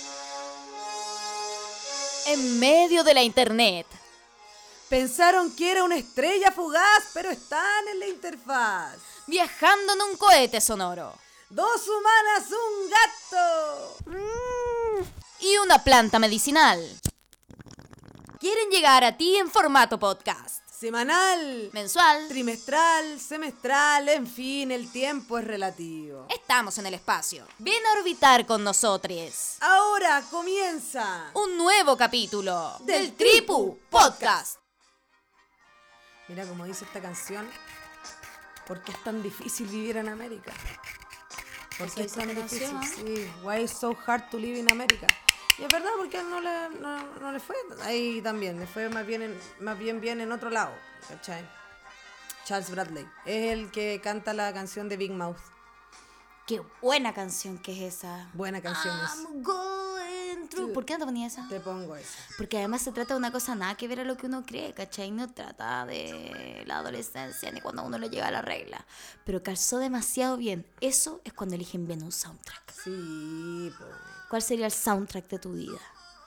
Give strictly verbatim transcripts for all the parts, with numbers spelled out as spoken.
En medio de la internet. Pensaron que era una estrella fugaz, pero están en la interfaz. Viajando en un cohete sonoro. Dos humanas, un gato. Y una planta medicinal. Quieren llegar a ti en formato podcast. Semanal, mensual, trimestral, semestral, en fin, el tiempo es relativo. Estamos en el espacio. Ven a orbitar con nosotros. Ahora comienza un nuevo capítulo del, del Tripu Podcast. Mira como dice esta canción. ¿Por qué es tan difícil vivir en América? ¿Por qué es tan difícil? Sí, why is so hard to live in America? Y es verdad, porque no le, no, no le fue ahí también, le fue más bien, en, más bien bien en otro lado, ¿cachai? Charles Bradley, es el que canta la canción de Big Mouth. Qué buena canción que es esa. Buena canción es. I'm going through. ¿Por qué no te ponía esa? Te pongo esa. Porque además se trata de una cosa nada que ver a lo que uno cree, ¿cachai? No trata de la adolescencia ni cuando uno le llega a la regla. Pero calzó demasiado bien. Eso es cuando eligen bien un soundtrack. Sí, po. ¿Cuál sería el soundtrack de tu vida?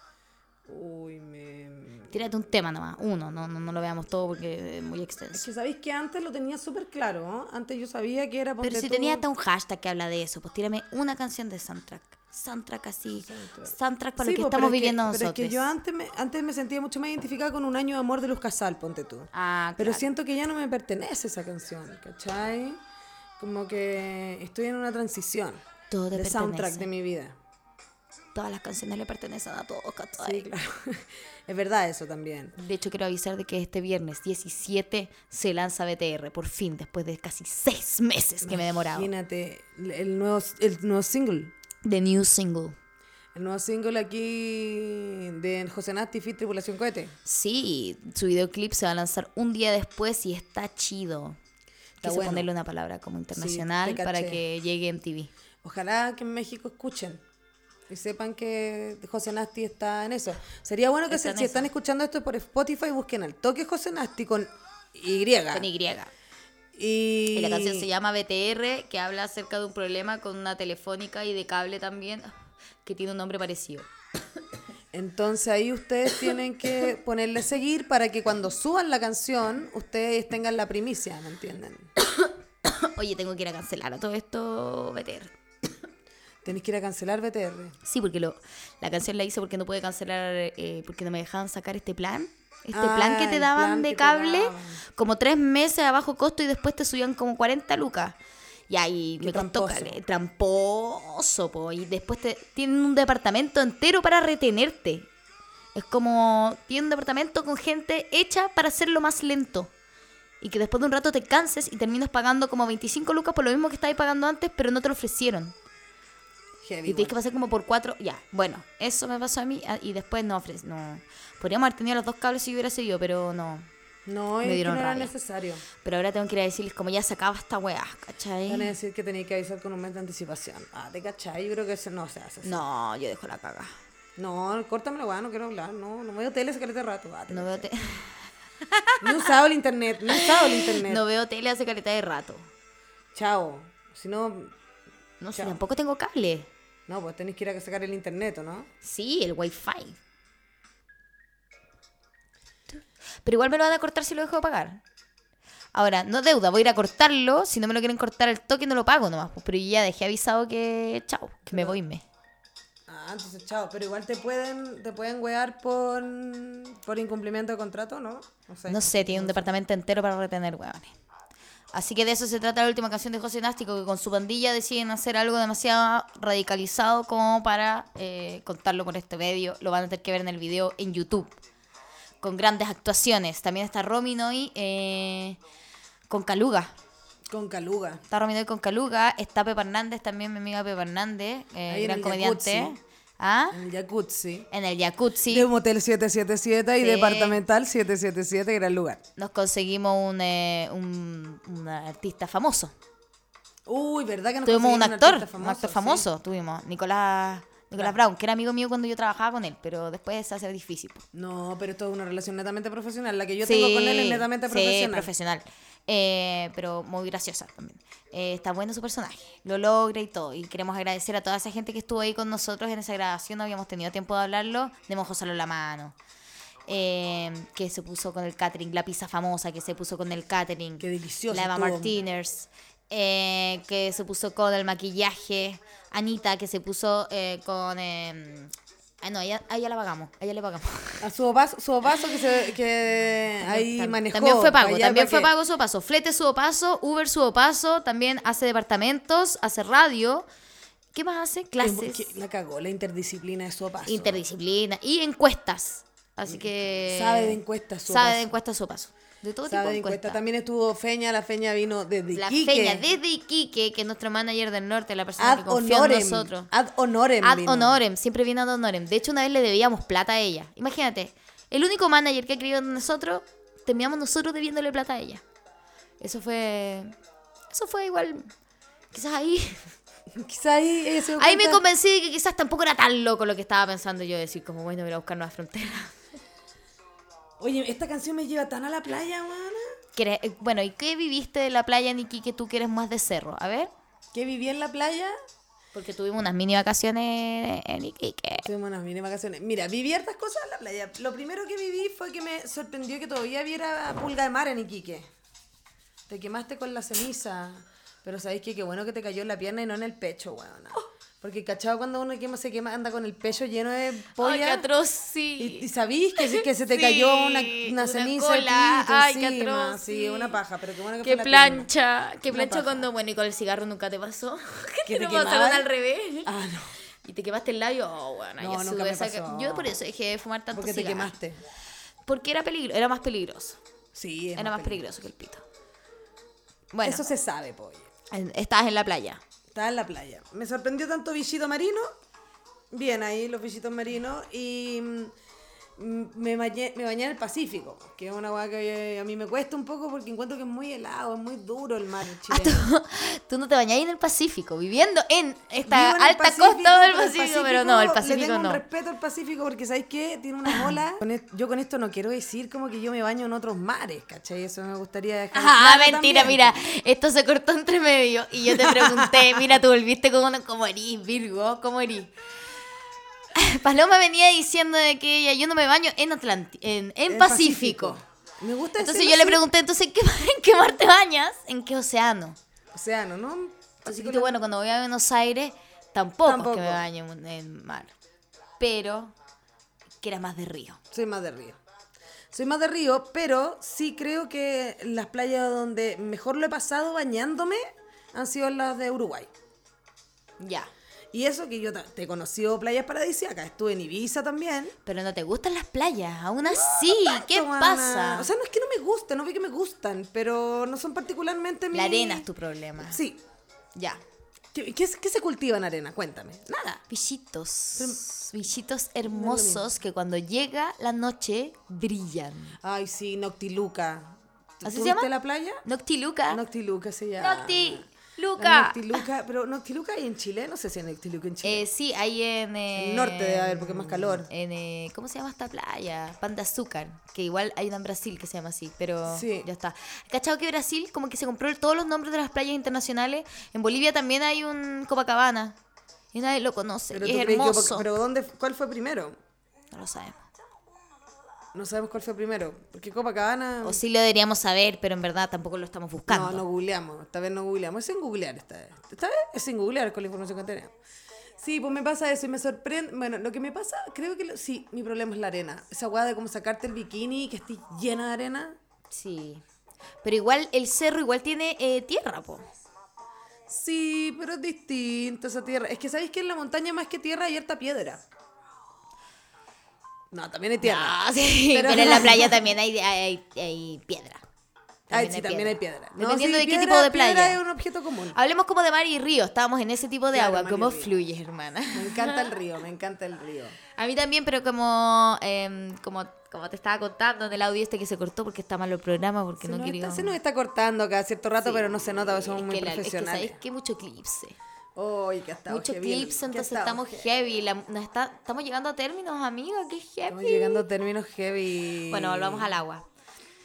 Uy, me... Tírate un tema nomás, uno, no, no, no lo veamos todo porque es muy extenso. Es que sabéis que antes lo tenía súper claro, ¿no? Antes yo sabía que era... Pero si tú... tenía hasta un hashtag que habla de eso, pues tírame una canción de soundtrack. Soundtrack así, soundtrack, soundtrack para sí, lo que pues, estamos viviendo que, nosotros. Pero es que yo antes me, antes me sentía mucho más identificada con Un año de amor de Luz Casal, ponte tú. Ah, pero claro. siento que ya no me pertenece esa canción, ¿cachai? Como que estoy en una transición todo de pertenece. Soundtrack de mi vida. Todas las canciones le pertenecen a todos, ¿cachai? Sí, claro. Es verdad eso también. De hecho, quiero avisar de que este viernes diecisiete se lanza B T R, por fin, después de casi seis meses que me he demorado. Imagínate, el nuevo, el nuevo single. The new single. El nuevo single aquí de José Nasty Fit Tripulación Cohete. Sí, su videoclip se va a lanzar un día después y está chido. Está Quise bueno. ponerle una palabra como internacional sí, para que llegue en T V. Ojalá que en México escuchen y sepan que José Nasty está en eso. Sería bueno que se, si están escuchando esto por Spotify, busquen al toque José Nasty con Y. Con Y. Y... y la canción se llama B T R, que habla acerca de un problema con una telefónica y de cable también, que tiene un nombre parecido. Entonces ahí ustedes tienen que ponerle seguir para que cuando suban la canción, ustedes tengan la primicia, ¿me entienden? Oye, tengo que ir a cancelar a todo esto B T R. Tenés que ir a cancelar B T R. Sí, porque lo, la canción la hice porque no pude cancelar, eh, porque no me dejaban sacar este plan. Este ah, plan que te daban de cable, daban. como tres meses a bajo costo y después te subían como cuarenta lucas. Y ahí Qué me costó tramposo. cale, tramposo, po. Y después te, tienen un departamento entero para retenerte. Es como, tienen un departamento con gente hecha para hacerlo más lento. Y que después de un rato te canses y terminas pagando como veinticinco lucas por lo mismo que estabas pagando antes, pero no te lo ofrecieron. Heavy, y tienes que pasar como por cuatro, ya, bueno, eso me pasó a mí y después no ofrece, no. Podríamos haber tenido los dos cables si hubiera seguido, pero no. No, me es dieron que no era rabia. necesario. Pero ahora tengo que ir a decirles como ya se acaba esta weá, ¿cachai? Van a decir que tenía que avisar con un mes de anticipación. Ah, ¿te cachai? Yo creo que eso no se hace así. No, yo dejo la caga. No, córtame la weá, no quiero hablar. No, no veo tele hace caleta de rato. Ah, No veo, te- no he usado el internet, no he usado el internet. no veo tele hace caleta de rato. Chao. Si no, No sé, Chao. tampoco tengo cable. no, pues tenés que ir a sacar el internet, ¿o no? Sí, el wifi. Pero igual me lo van a cortar si lo dejo de pagar. Ahora, no deuda, voy a ir a cortarlo. Si no me lo quieren cortar al toque, no lo pago nomás. Pues, pero yo ya dejé avisado que chao, que me Pero- voy me. Ah, entonces chao. Pero igual te pueden, te pueden wear por, por incumplimiento de contrato, ¿no? No sé. No sé, tiene un departamento entero para retener huevones. Así que de eso se trata la última canción de José Nástico, que con su pandilla deciden hacer algo demasiado radicalizado como para eh, contarlo por este medio. Lo van a tener que ver en el video en YouTube, con grandes actuaciones. También está Romy Noy eh, con Caluga. Con Caluga. Está Romy Noy con Caluga. Está Pepa Hernández, también mi amiga Pepa Hernández, eh, Ahí en gran el comediante. jacuzzi. ¿Ah? En el jacuzzi. En el jacuzzi. De Motel siete siete siete y Sí. Departamental siete siete siete, gran lugar. Nos conseguimos un, eh, un, un artista famoso. Uy, ¿verdad que nos Tuvimos un conseguimos actor, artista un actor sí? famoso, tuvimos, Nicolás, Nicolás Claro. Brown, que era amigo mío cuando yo trabajaba con él, pero después se hace difícil. Po. No, pero esto es una relación netamente profesional. La que yo Sí, tengo con él es netamente sí, profesional. profesional. Eh, pero muy graciosa también. Eh, está bueno su personaje, lo logra y todo. Y queremos agradecer a toda esa gente que estuvo ahí con nosotros en esa grabación. No habíamos tenido tiempo de hablarlo. De Mojosalo la mano. Eh, que se puso con el catering. La pizza famosa que se puso con el catering. Qué delicioso. La Eva Martínez. Eh, que se puso con el maquillaje. Anita, que se puso eh, con... Eh, ah, no, a ella, a ella la pagamos. A ella le pagamos. A su opaso, su opaso que, se, que ahí Tam- manejó. También fue pago, allá también para fue que- pago su paso. Flete su paso, Uber su paso, también hace departamentos, hace radio. ¿Qué más hace? Clases, Que La cagó, la interdisciplina de su opaso. interdisciplina y encuestas. Así que... Sabe de encuestas su Sabe opaso. de encuestas su paso. De todo Sabe tipo de de encuesta. encuestas. También estuvo Feña, la Feña vino desde La Iquique. Feña desde Iquique, que es nuestro manager del norte, la persona Ad que confía en honorem. nosotros. Ad honorem. Ad vino. honorem, siempre viene ad honorem. De hecho, una vez le debíamos plata a ella. Imagínate, el único manager que ha creído en nosotros, terminamos nosotros debiéndole plata a ella. Eso fue... Eso fue igual... Quizás ahí... Quizá ahí ella se dio Ahí me cuenta- convencí de que quizás tampoco era tan loco lo que estaba pensando yo. Decir como, bueno, voy a buscar nuevas fronteras. Oye, esta canción me lleva tan a la playa, mana. ¿Quieres- eh, Bueno, ¿y qué viviste de la playa en Iquique tú que eres más de cerro? A ver... Que viví en la playa. Porque tuvimos unas mini vacaciones en Iquique. Tuvimos unas mini vacaciones. Mira, viví hartas cosas en la playa. Lo primero que viví fue que me sorprendió que todavía hubiera pulga de mar en Iquique. Te quemaste con la ceniza. Pero ¿sabéis qué? Qué bueno que te cayó en la pierna y no en el pecho, weón. Porque, ¿cachado? Cuando uno quema, se quema, anda con el pecho lleno de Ay, polla. qué atroz, sí. ¿Y, y sabís que, se- que se te Sí, cayó una, una una ceniza cola. de pito Ay, qué encima? atroz, Sí, sí. una paja, pero qué bueno que Qué fue la pierna. plancha, qué Una plancha paja. cuando, bueno, y con el cigarro nunca te pasó. ¿Que ¿Qué te te pasaron quemabas? al revés? Ah, no. Y te quemaste el labio, oh, bueno, No, ya nunca sube me esa- pasó. Yo por eso dejé de fumar tanto Porque te cigarro. quemaste. Porque era peligro, era más peligroso. Sí, es Era más peligroso que el pito. Bueno, Eso se sabe, pollo. en- estabas en la playa. Estaba en la playa. Me sorprendió tanto bichito marino. Bien ahí los bichitos marinos. Y mm, me bañé, me bañé en el Pacífico. Que es una hueá que a mí me cuesta un poco porque encuentro que es muy helado, es muy duro el mar Ah, tú, chileno. tú no te bañáis en el Pacífico, viviendo en esta Vivo en el alta Pacífico, costa del pero el Pacífico, pero no, el le Pacífico tengo no. un respeto al Pacífico porque, ¿sabes qué? Tiene una ola. Con es- Yo con esto no quiero decir como que yo me baño en otros mares, ¿cachai? Eso me gustaría dejar Ah, claro mentira, también. mira, esto se cortó entre medio y yo te pregunté, mira, tú volviste como, como erís, Virgo, ¿cómo erís? Paloma venía diciendo de que ella, yo no me baño en Atlanti en, en El Pacífico. Me gusta Entonces decirlo yo le así. pregunté, entonces, ¿en qué, ¿en qué mar te bañas? ¿En qué océano? Océano, ¿no? Así que bueno, cuando voy a Buenos Aires, tampoco, es Tampoco. que me baño en el mar. Pero que era más de río. Soy más de río. Soy más de río, pero sí creo que las playas donde mejor lo he pasado bañándome han sido las de Uruguay. Ya. Y eso que yo ta- te he conocido playas paradisíacas. Estuve en Ibiza también. Pero no te gustan las playas, aún así, ¿qué Tanto, mana. pasa? O sea, no es que no me gusten, no ve que me gustan, pero no son particularmente mi... La arena es tu problema. Sí. Ya. ¿Qué, qué, qué se cultiva en arena? Cuéntame. Nada. Bichitos. Bichitos hermosos que cuando llega la noche brillan. Ay, sí, Noctiluca. ¿Así ¿Tú se llama? viste la playa? Noctiluca. Noctiluca se llama. Noctiluca. La Noctiluca, pero Noctiluca hay en Chile, no sé si hay Noctiluca en Chile. Eh, sí, ahí en... eh, El norte debe haber, porque es más calor. En, eh, ¿cómo se llama esta playa? Pan de Azúcar, que igual hay una en Brasil que se llama así, pero Sí. ya está. ¿Cachado que Brasil como que se compró todos los nombres de las playas internacionales? En Bolivia también hay un Copacabana y nadie lo conoce Pero y tú es crees que- hermoso. pero ¿dónde, cuál fue primero? No lo sabemos. No sabemos cuál fue primero. Porque Copacabana... O sí lo deberíamos saber, pero en verdad tampoco lo estamos buscando. No, no googleamos. Esta vez no googleamos. Es sin googlear esta vez. Esta vez es sin googlear con la información que tenemos. Sí, pues me pasa eso y me sorprende. Bueno, lo que me pasa, creo que lo- sí, mi problema es la arena. Esa hueá de como sacarte el bikini y que estés llena de arena. Sí. Pero igual el cerro igual tiene eh, tierra, po. Sí, pero es distinto esa tierra. Es que sabéis que en la montaña más que tierra hay harta piedra. No, también hay tierra. Ah, sí, Pero- pero, en la playa también hay, hay, hay piedra. Ay, sí, también hay piedra. No, Dependiendo sí, de qué piedra- tipo de piedra playa. es un objeto común. Hablemos como de mar y río. Estábamos en ese tipo de Claro, agua. mar y ¿Cómo río. fluyes, hermana? Me encanta el río, me encanta el río. A mí también, pero como, em, como, como te estaba contando en el audio este que se cortó porque está malo el programa, porque Se, no nos quería... está, se nos está cortando cada cierto rato, Sí. pero no se nota, porque somos Es muy que la- profesionales. Es que sabes que mucho eclipse. Uy, que ha estado Mucho heavy el- eclipse, que ha entonces estado estamos heavy. heavy. La- nos está, estamos llegando a términos, amiga, qué Estamos heavy. llegando a términos heavy. Bueno, volvamos al agua.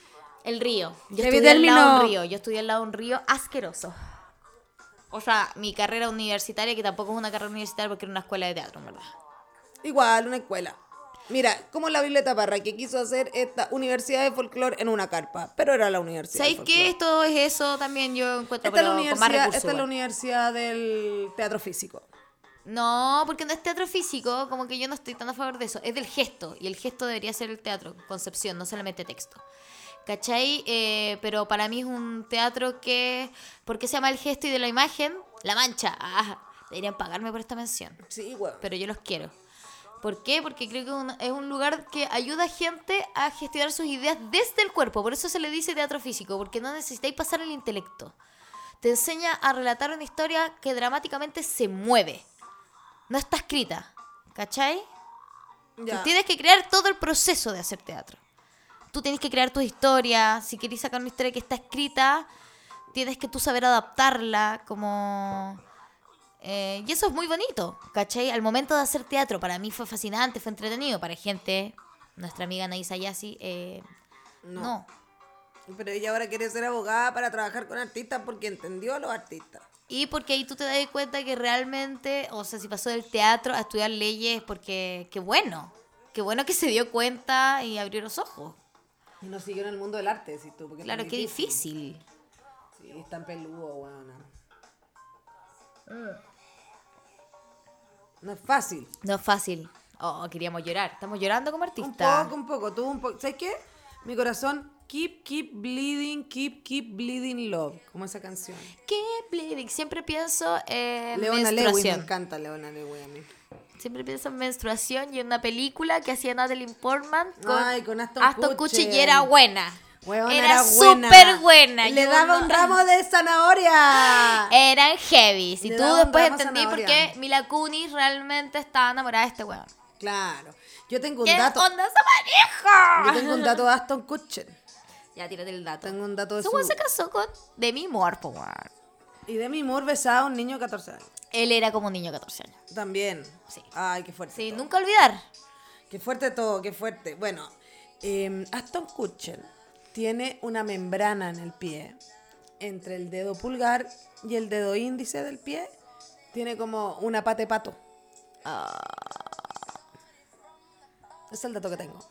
El río. Yo Heavy estudié al lado de término. un río. Yo estudié al lado de un río asqueroso. O sea, mi carrera universitaria, que tampoco es una carrera universitaria porque era una escuela de teatro, en verdad. Igual, una escuela. Mira, como la Violeta Parra, que quiso hacer esta universidad de folclore en una carpa, pero era la universidad de ¿Sabéis folclore. qué? Esto es eso también yo encuentro, Esta es, la pero con más universidad, recursos. esta es la igual. universidad del teatro físico. No, porque no es teatro físico, como que yo no estoy tan a favor de eso. Es del gesto, y el gesto debería ser el teatro, concepción, no solamente texto. ¿Cachai? Eh, pero para mí es un teatro que... ¿Por qué se llama el gesto y de la imagen? La Mancha. Ah, deberían pagarme por esta mención. Sí, güey. Pero yo los quiero. ¿Por qué? Porque creo que un- es un lugar que ayuda a gente a gestionar sus ideas desde el cuerpo. Por eso se le dice teatro físico, porque no necesitáis pasar el intelecto. Te enseña a relatar una historia que dramáticamente se mueve. No está escrita. ¿Cachai? Tú Ya. tienes que crear todo el proceso de hacer teatro. Tú tienes que crear tu historia. Si querés sacar una historia que está escrita, tienes que tú saber adaptarla como... eh, y eso es muy bonito, ¿cachai? Al momento de hacer teatro, para mí fue fascinante, fue entretenido. Para gente, nuestra amiga Anaísa Yassi, eh, No. no. Pero ella ahora quiere ser abogada para trabajar con artistas porque entendió a los artistas. Y porque ahí tú te das cuenta que realmente, o sea, si pasó del teatro a estudiar leyes, porque qué bueno. Qué bueno que se dio cuenta y abrió los ojos. Y no siguió en el mundo del arte, decís tú. Porque es Claro, tan qué difícil. Sí, es tan peludo, weón. No es fácil. No es fácil. Oh, queríamos llorar. Estamos llorando como Un artistas. poco, un poco, tuvo un poco. ¿Sabes qué? Mi corazón, keep, keep bleeding, keep, keep bleeding love. Como esa canción. Keep bleeding. Siempre pienso en Leona Lewis, me menstruación. encanta Leona Lewis a mí. Siempre pienso en menstruación y en una película que hacía Natalie Portman con, Ay, con Aston Kutcher Kutcher. y era buena. Weona, era era buena. súper buena. Le Yo daba no- un ramo de zanahoria. Eran heavy. Si Le tú daba un después ramo entendí por zanahoria. qué Mila Kunis realmente estaba enamorada de este weón. Claro. Yo tengo un ¿Qué dato. onda esa pareja? Yo tengo un dato de Aston Kutcher. Ya, tírate el dato. Tengo un dato de Ese su... weón se casó con Demi Moore, po, weón. Y Demi Moore besaba a un niño de catorce años. Él era como un niño de catorce años. También. Sí. Ay, qué fuerte. Sí, todo. nunca olvidar. Qué fuerte todo, qué fuerte. Bueno, eh, Aston Kutcher tiene una membrana en el pie. Entre el dedo pulgar y el dedo índice del pie. Tiene como una pata de pato. Ese es el dato que tengo.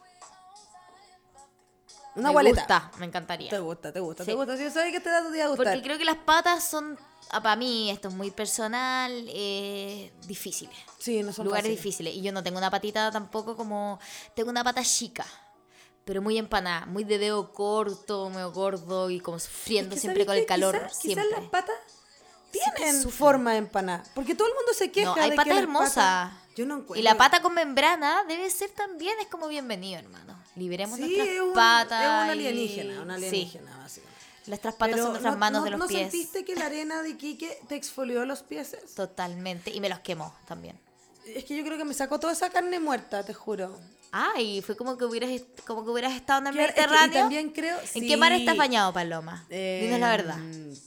Una me gualeta. gusta, me encantaría. Te gusta, te gusta, Sí. te gusta. Si yo sabía que este dato te iba a gustar. Porque creo que las patas son, ah, para mí, esto es muy personal, eh, difíciles. Sí, no son Lugares fáciles. difíciles. Y yo no tengo una patita tampoco como... Tengo una pata chica, pero muy empanada, muy de dedo corto, medio gordo y como sufriendo Es que siempre ¿sabes con el qué? calor. Quizás, siempre. quizás las patas tienen sufren. forma de empanada. Porque todo el mundo se queja No, hay de pata que las hermosa. patas- Yo no encuentro. Y la pata con membrana debe ser también, es como bienvenido, hermano. Liberemos Sí, nuestras es un, patas. es un y- alienígena, un Sí. alienígena, básicamente. Nuestras patas Pero son nuestras ¿no- manos no- de los ¿no pies. sentiste que la arena de Iquique te exfolió los pies? Totalmente. Y me los quemó también. Es que yo creo que me sacó toda esa carne muerta, te juro. Ah, y fue como que hubieras, est- como que hubieras estado en el Que- es que- Mediterráneo. y también creo... ¿En sí. qué mar estás bañado, Paloma? Eh, Dinos la verdad.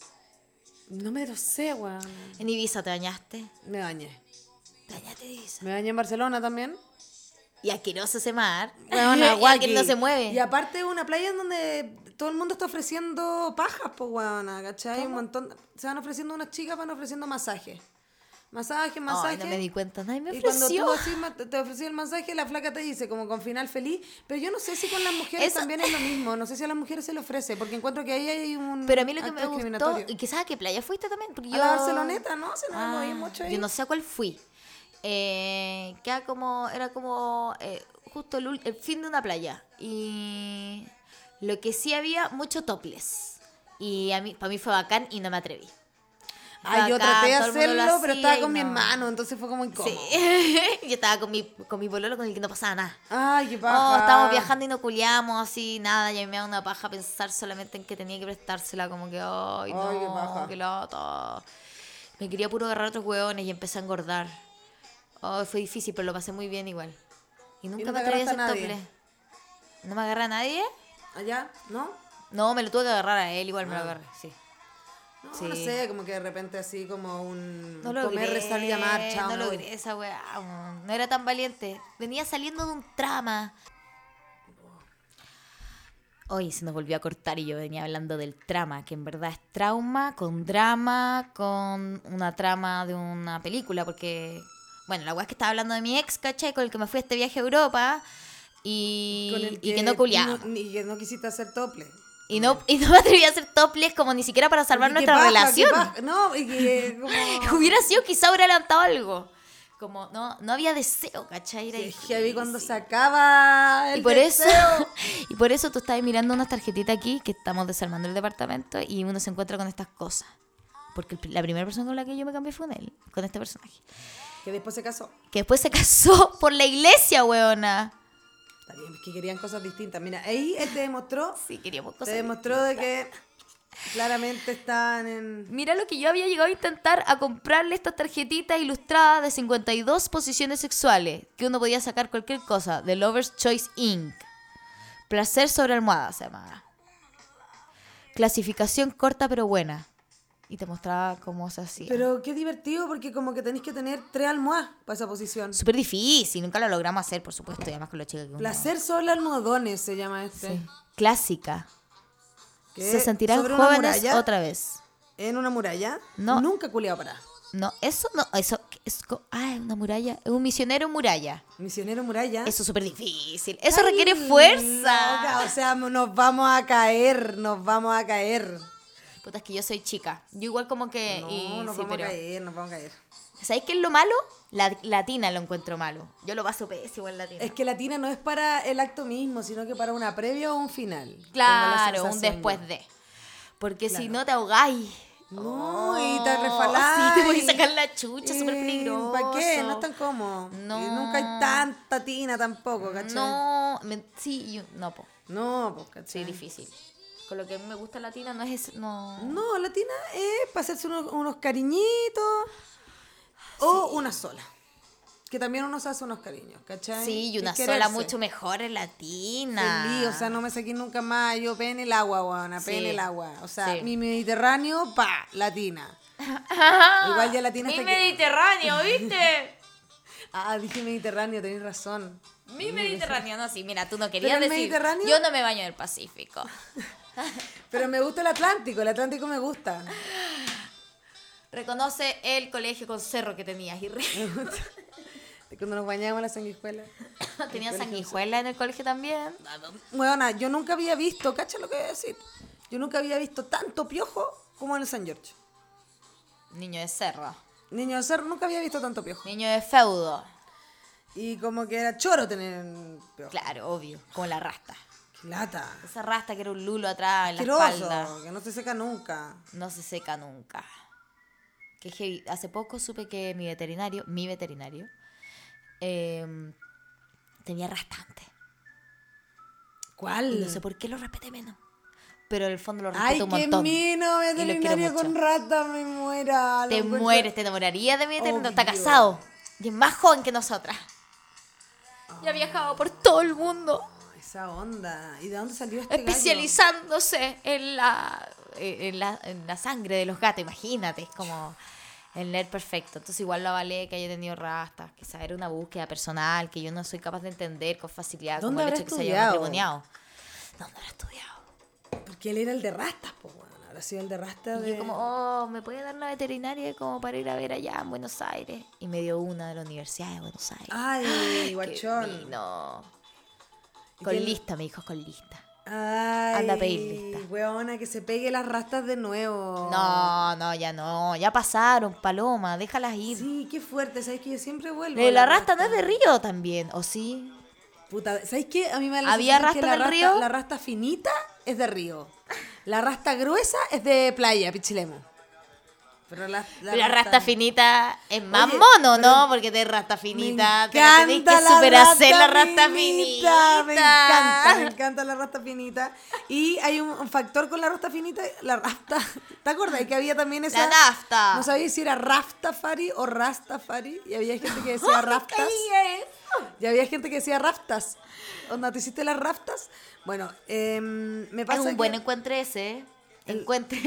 No me lo sé, weón. ¿En Ibiza te bañaste? Me bañé. ¿Te bañaste en Ibiza? Me bañé en Barcelona también. Y asqueroso ese mar. Weona, Y guaki. alguien no se mueve. Y aparte es una playa en donde todo el mundo está ofreciendo pajas, pues, weona, ¿cachai? Un montón. Se van ofreciendo unas chicas, van ofreciendo masajes. Masaje, masaje. Ay, no me di cuenta. Nadie me Y cuando ofreció. tú así ma- te ofrecí el masaje, la flaca te dice como con final feliz. Pero yo no sé si con las mujeres Eso- también es lo mismo. No sé si a las mujeres se le ofrece, porque encuentro que ahí hay un Pero a mí lo que acto me gustó... discriminatorio. ¿Y que sabes a qué playa fuiste también? Porque A yo... la Barceloneta, ¿no? Se nos Ah, moví mucho ahí. yo no sé a cuál fui. Eh, que era como, era como eh, justo el, ul- el fin de una playa. Y lo que sí había, mucho topless. Y a mí, para mí fue bacán y no me atreví. Fue Ay, yo bacán, traté de todo el mundo lo hacerlo, pero hacía estaba y con mi no. hermano, entonces fue como incómodo. Sí. Yo estaba con mi, con mi pololo con el que no pasaba nada. Ay, qué Oh, paja. estábamos viajando y no culiamos, así, nada, y a mí me da una paja pensar solamente en que tenía que prestársela, como que, ay, no, Ay, qué paja. qué lata. Me quería puro agarrar a otros hueones y empecé a engordar. Ay, fue difícil, pero lo pasé muy bien igual. Y nunca no me te atreví a agarraste hacer a nadie? tople. ¿No me agarra a nadie? ¿Allá? ¿No? No, me lo tuve que agarrar a él, igual me lo Ah. agarré, sí. No, Sí. no sé, como que de repente así como un No logré, comer, rezar y amar, chao. no me voy. logré esa weá, weón. No era tan valiente. Venía saliendo de un trama. Oye, se nos volvió a cortar y yo venía hablando del trama, que en verdad es trauma con drama, con una trama de una película, porque, bueno, la weá es que estaba hablando de mi ex, ¿cachai? Con el que me fui a este viaje a Europa y, Con el y que no culiamos. no- Y que no quisiste hacer tople. Y no, y no me atreví a hacer topless como ni siquiera para salvar Porque qué nuestra paja, qué relación. paja. No, y que como... Hubiera sido, quizá hubiera levantado algo. Como, no, no había deseo, ¿cachai? Era Qué difícil. heavy cuando se acaba el Y por eso, deseo. y por eso tú estás mirando unas tarjetitas aquí, que estamos desarmando el departamento, y uno se encuentra con estas cosas. Porque el- la primera persona con la que yo me cambié fue con él, con este personaje. Que después se casó. Que después se casó por la iglesia, weona. Está bien, es que querían cosas distintas. Mira, ahí él te demostró, Sí, queríamos te cosas. demostró de que claramente están en... Mira lo que yo había llegado a intentar a comprarle estas tarjetitas ilustradas de cincuenta y dos posiciones sexuales, que uno podía sacar cualquier cosa, de Lover's Choice incorporated. Placer sobre almohada se llamaba. Clasificación corta pero buena. Y te mostraba cómo se hacía. Pero qué divertido porque como que tenéis que tener tres almohadas para esa posición. Súper difícil, nunca lo logramos hacer, por supuesto, y además con lo chica que uno. Placer sobre almohadones se llama este. Sí. Clásica. Que Se sentirán sobre una jóvenes muralla, otra vez. En una muralla. No. Nunca culiado para. No, eso no, eso es co- ah, es una muralla, es un misionero en muralla. Misionero muralla. Eso es súper difícil. Eso Ay, requiere fuerza. loca, o sea, nos vamos a caer, nos vamos a caer. Puta, es que yo soy chica. Yo igual como que... No, y, nos sí, vamos pero... a caer, nos vamos a caer. ¿Sabéis qué es lo malo? La latina lo encuentro malo. Yo lo paso pésimo en latina. Es que latina no es para el acto mismo, sino que para una previa o un final. Tengo la Claro, un sensación después yo. de. Porque si Claro. no te ahogáis. No, y te Oh, resbalás. Sí, te voy a sacar la chucha, súper Eh, peligroso. ¿Para qué? No es tan cómodo. No. Y nunca hay tanta tina tampoco, ¿cachai? No, me- sí, yo- no, po. No, pues, Sí, ¿cachai? difícil. Con lo que a mí me gusta latina no es... ese- No. No, la tina es para hacerse unos, unos cariñitos o una sola. Que también uno se hace unos cariños, ¿cachai? Sí, y una Es sola quererse. mucho mejor es latina. Feliz, o sea, no me saqué nunca más. Yo pene el agua, guana, pene Sí. el agua. O sea, Sí. mi Mediterráneo, pa, latina. Igual ya latina Mi hasta que... Mediterráneo, ¿viste? Ah, dije Mediterráneo, tenés razón. Mi Mediterráneo, no, sí, mira, tú no Pero querías el decir. Mediterráneo- Yo no me baño en el Pacífico. Pero me gusta el Atlántico, el Atlántico me gusta. Reconoce el colegio con cerro que tenías. Y re- Cuando nos bañábamos en la sanguijuela. Tenías sanguijuela en el colegio también. Bueno, yo nunca había visto, cacha lo que voy a decir. Yo nunca había visto tanto piojo como en el San Giorgio. Niño de cerro. Niño de cerro, nunca había visto tanto piojo. Niño de feudo. Y como que era choro tener piojo. Claro, obvio. Como la rasta. Qué lata. Esa rasta que era un lulo atrás en la Asqueroso, espalda. que no se seca nunca. No se seca nunca. Que heavy. Hace poco supe que mi veterinario, mi veterinario, eh, tenía rastante. ¿Cuál? Y no sé por qué lo respeté menos. Pero en el fondo lo respeto Ay, un qué montón. mino, Y lo quiero veterinario mucho. con rata, me muera. lo Te encuentro- mueres, te enamorarías de mi veterinario. Está Obvio. casado. Y es más joven que nosotras. Y ha viajado por todo el mundo. Esa onda. ¿Y de dónde salió este gallo? Especializándose en la, en, la, en la sangre de los gatos. Imagínate, es como el nerd perfecto. Entonces igual lo avalé que haya tenido rastas. Quizás era una búsqueda personal que yo no soy capaz de entender con facilidad. ¿Dónde como el habrá hecho de que se haya estudiado? matrimoniado. ¿Dónde habrá estudiado? Porque él era el de rastas, pues bueno. Habrá sido el de rastas Y de... yo como, oh, ¿me puede dar una veterinaria como para ir a ver allá en Buenos Aires? Y me dio una de la Universidad de Buenos Aires. Ay, Qué guachón. vino. ¿Y Con quién- lista, me dijo, con lista. Ay, Anda a pedir lista. Weona, que se pegue las rastas de nuevo. No, no, ya no. Ya pasaron, Paloma, déjalas ir. Sí, qué fuerte. ¿Sabes que yo siempre vuelvo? Eh, a la rasta no es de río también, ¿o sí? Puta, ¿sabes qué? A mí me da la ¿Había sensación que rasta la del río? La rasta finita es de río. La rasta gruesa es de playa, Pichilemu. Pero la, Pero la rasta finita es más Oye, mono, pero- ¿no? Porque te rasta finita. Me Te la tenés encanta que la super hacer la rasta rasta finita. Me encanta, me encanta la rasta finita. Y hay un, un factor con la rasta finita, la rasta. ¿Te acuerdas que había también esa? La nafta. No sabía si era Rastafari o Rastafari. Y había gente que decía raftas. Y había gente que decía raftas. Onda, ¿te hiciste las raftas? Bueno, eh, me pasa Es un que- buen encuentro ese, ¿eh? El- Encuentre.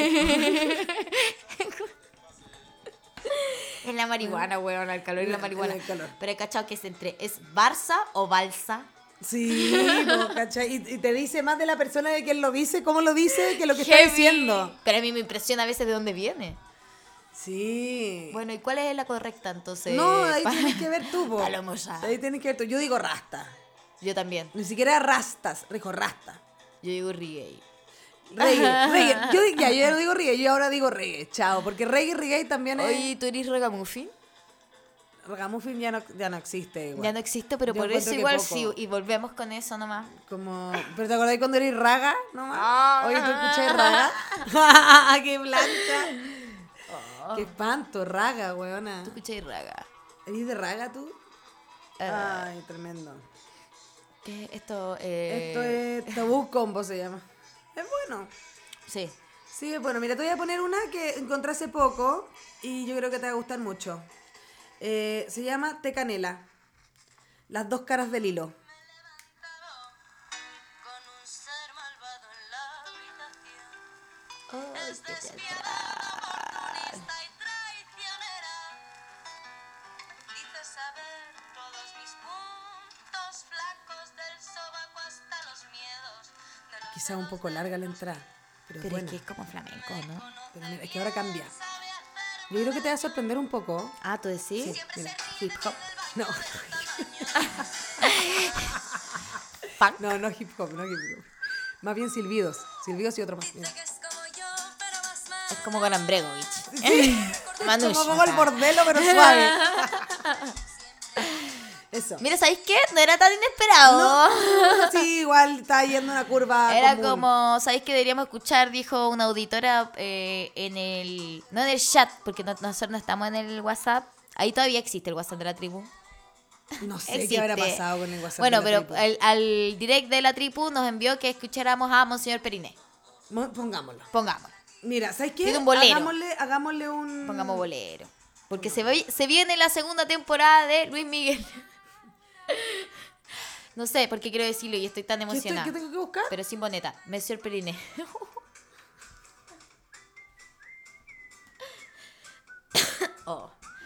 Es la marihuana, weón, el calor y la El- marihuana. el calor. Pero he cachado que es entre, ¿es Barça o Balsa? Sí, no, ¿cachai? Y, y te dice más de la persona de quien lo dice, cómo lo dice, que lo que está Heavy. diciendo. Pero a mí me impresiona a veces de dónde viene. Sí. Bueno, ¿y cuál es la correcta entonces? No, ahí Pa- tienes que ver tú, po. Palomosa. Ahí tienes que ver tú. Yo digo rasta. Yo también. Ni siquiera rastas, dijo rasta. Yo digo reggae. Reggae, reggae. Yo, ya, yo ya no digo reggae, yo ahora digo reggae, chao. Porque reggae y reggae también es... Oye, ¿tú eres ragamuffin? Ragamuffin ya no, ya no existe igual. Ya no existe, pero Yo por eso encuentro que igual poco. sí. Y volvemos con eso nomás. Como... ¿Pero te acordás cuando eres raga nomás? Ah. Oye, ¿tú escuchás raga? ¡Qué blanca! ¡Qué espanto! Raga, weona. ¿Tú escuchas raga? ¿Eres de raga tú? Eh, Ay, tremendo. ¿Qué es esto? Eh, Esto es Tabú Combo se llama. Es bueno. Sí. Sí, es bueno. Mira, te voy a poner una que encontré hace poco y yo creo que te va a gustar mucho. Eh, se llama Té Canela. Las dos caras del hilo. Oh, qué teatral. Quizá un poco larga la entrada, pero, es Pero es buena. que es como flamenco, ¿no? Pero mira, es que ahora cambia. Yo creo que te va a sorprender un poco. Ah, ¿tú decís? Sí, mira. Hip hop. No, Punk. no, no hip hop, no hip hop. Más bien silbidos. Silbidos y otro más. Mira. Es como con Ambregovich. Sí. Manush. Como, como el bordelo, pero suave. Eso. Mira, ¿sabéis qué? No era tan inesperado. No, sí, igual está yendo una curva Era común. como, ¿sabéis qué deberíamos escuchar? Dijo una auditora eh, en el... No en el chat, porque no- nosotros no estamos en el WhatsApp. Ahí todavía existe el WhatsApp de la tribu. No sé Existe. qué habrá pasado con el WhatsApp. Bueno, de la pero tribu. el- al direct de la tribu nos envió que escucháramos a Monseñor Periné. Mo- Pongámoslo. Pongamos, Mira, ¿sabes qué? Pide un bolero. Hagámosle, hagámosle un... pongamos bolero. Porque se, ve- se viene la segunda temporada de Luis Miguel. No sé por qué quiero decirlo y estoy tan ¿Qué, estoy- emocionada. qué tengo que buscar? Pero sin boneta. Monsieur Periné. Oh.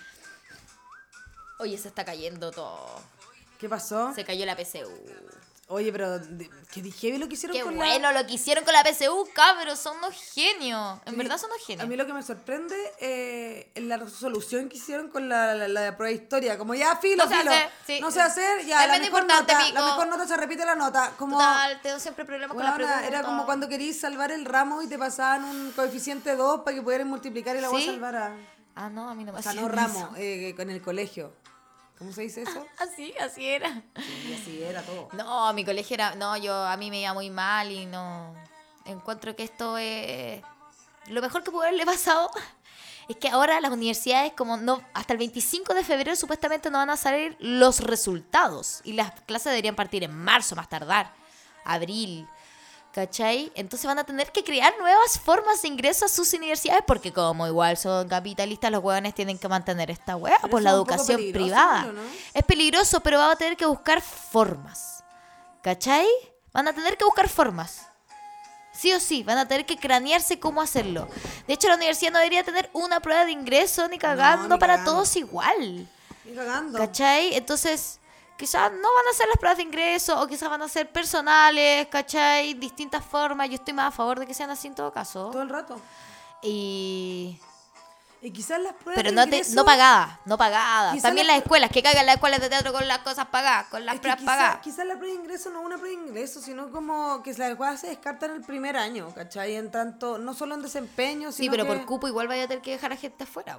Oye, se está cayendo todo. ¿Qué pasó? Se cayó la P C U. Oye, pero de- que dije lo que hicieron Qué con bueno lo que hicieron con la P C U, cabros. Son unos genios. En Sí, verdad son unos A genios. mí lo que me sorprende eh, es la resolución que hicieron con la, la, la prueba de historia. Como ya, filo, No se filo. hace, sí. No sé hacer, ya, Es la menos mejor, importante, nota, pico. la mejor nota se repite la nota. Como, Total, tengo siempre problemas con la weona, pregunta. era como cuando querías salvar el ramo y te pasaban un coeficiente dos para que pudieras multiplicar y la voy ¿Sí? a salvar a... Ah, no, a mí no me O sea, hacían no ramo, eso. eh, con el colegio. ¿Cómo se dice eso? Así, así era. Y así era todo. No, mi colegio era... No, yo a mí me iba muy mal y no... Encuentro que esto es... Lo mejor que pudo haberle pasado es que ahora las universidades, como no hasta el veinticinco de febrero supuestamente no van a salir los resultados. Y las clases deberían partir en marzo, más tardar. Abril. ¿Cachai? Entonces van a tener que crear nuevas formas de ingreso a sus universidades porque como igual son capitalistas, los hueones tienen que mantener esta hueá Pero por eso la es un poco educación peligroso, privada. ¿no? Es peligroso, pero van a tener que buscar formas. ¿Cachai? Van a tener que buscar formas. Sí o sí, van a tener que cranearse cómo hacerlo. De hecho, la universidad no debería tener una prueba de ingreso ni cagando ni para cagando. todos igual. Y cagando. ¿Cachai? Entonces, quizás no van a hacer las pruebas de ingreso o quizás van a ser personales, ¿cachai? Distintas formas. Yo estoy más a favor de que sean así en todo caso. Todo el rato. Y... Y quizás las pruebas Pero de no, te, ingreso- no pagadas, no pagadas. Quizá También la- las escuelas, que caigan las escuelas de teatro con las cosas pagadas, con las Es que pruebas quizá- pagadas. Quizás la prueba de ingreso no es una prueba de ingreso, sino como que las cosas se descartan el primer año, ¿cachai? En tanto, no solo en desempeño, Sí, sino pero que... por cupo igual vaya a tener que dejar a gente afuera.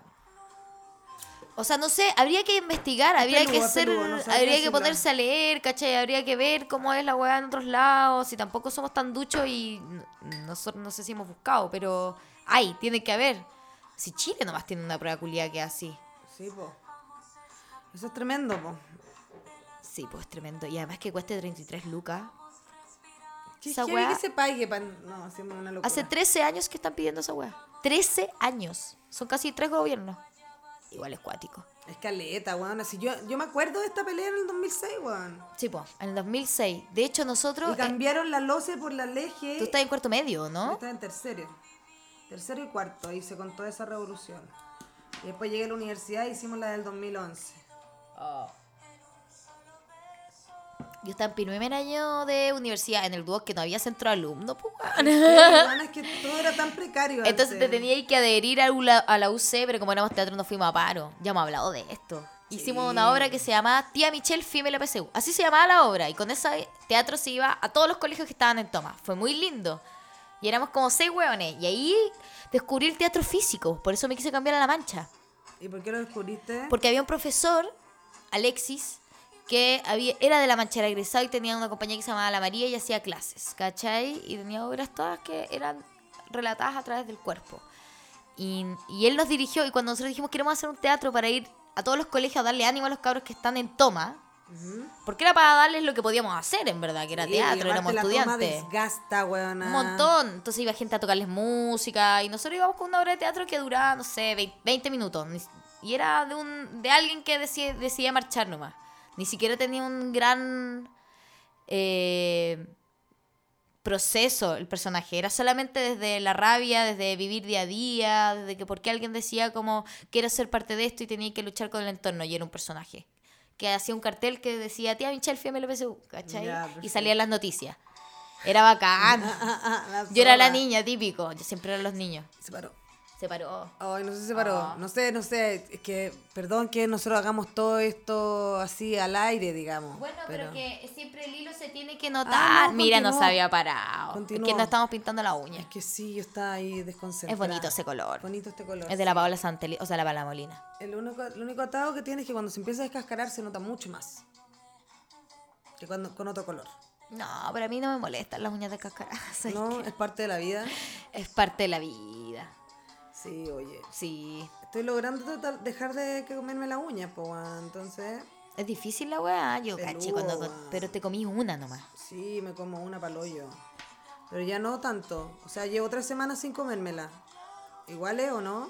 O sea, no sé, habría que investigar, Es habría que peludo, es ser, peludo, no sabría habría que decirlo. ponerse a leer, ¿cachai? Habría que ver cómo es la weá en otros lados, si tampoco somos tan duchos y n- nosotros no sé si hemos buscado, pero hay, tiene que haber. Si Chile nomás tiene una prueba culiada que es así. Sí, po. Eso es tremendo, po. Sí, pues tremendo. Y además que cueste treinta y tres lucas. Qué Esa heavy weá- que se pague pa... No, hacemos una locura. Hace trece años que están pidiendo esa weá. trece años. Son casi tres gobiernos. Igual es cuático. Escaleta, weón. Así yo, yo me acuerdo de esta pelea en el dos mil seis, weón. Sí, pues, en el dos mil seis. De hecho, nosotros... Y eh, cambiaron la LOCE por la ley G. tú estás en cuarto medio, Yo ¿no? estaba en tercero. Tercero y cuarto, ahí se contó esa revolución. Y después llegué a la universidad y hicimos la del dos mil once. Yo estaba en primer año de universidad en el Duoc, que no había centro de alumnos, pues. Bueno, es que todo era tan precario. Entonces antes. te tenías que adherir a la, a la U C, pero como éramos teatro no fuimos a paro. Ya hemos hablado de esto. Sí. Hicimos una obra que se llamaba Tía Michelle Female P C U. Así se llamaba la obra. Y con ese teatro se iba a todos los colegios que estaban en toma. Fue muy lindo. Y éramos como seis hueones. Y ahí descubrí el teatro físico. Por eso me quise cambiar a La Mancha. ¿Y por qué lo descubriste? Porque había un profesor, Alexis, que había, era de La Mancha, era egresado y tenía una compañía que se llamaba La María y hacía clases, ¿cachai? Y tenía obras todas que eran relatadas a través del cuerpo. Y, y él nos dirigió, y cuando nosotros dijimos queremos hacer un teatro para ir a todos los colegios a darle ánimo a los cabros que están en toma, Uh-huh. porque era para darles lo que podíamos hacer, en verdad, que era Sí, teatro, y éramos aparte la toma estudiantes. desgasta, weona. Un montón. Entonces iba gente a tocarles música y nosotros íbamos con una obra de teatro que duraba, no sé, veinte minutos. Y era de un de alguien que decidía, decidía marchar nomás. Ni siquiera tenía un gran eh, proceso el personaje. Era solamente desde la rabia, desde vivir día a día, desde que porque alguien decía como quiero ser parte de esto y tenía que luchar con el entorno y era un personaje. Que hacía un cartel que decía tía Michelle Female P C U, ¿cachai? Ya, y salía en las noticias. Era bacán. La Yo era la zorra. niña, típico. Yo siempre era los niños. Se paró. Se paró. Ay, no sé si se paró. Ah. No sé, no sé. Es que, perdón que nosotros hagamos todo esto así al aire, digamos. Bueno, pero, que siempre el hilo se tiene que notar. Ah, no, Mira, no continuó. se había parado. Continuó. Es que no estamos pintando la uña. Es que sí, yo estaba ahí desconcentrada. Es bonito ese color. Bonito este color. Es de la Paola Santelli, o sea, la Paola Molina. El único, el único atado que tiene es que cuando se empieza a descascarar se nota mucho más que cuando con otro color. No, pero a mí no me molestan las uñas de cascaradas. No, es parte de la vida. Es parte de la vida. Sí, oye. Sí. Estoy logrando tratar- dejar de que comerme la uña, pues, entonces, Es difícil la weá. Yo Peludo, caché cuando. weón. Pero te comí una nomás. sí, me como una palollo. Pero ya no tanto. O sea, llevo tres semanas sin comérmela. ¿Igual es o no?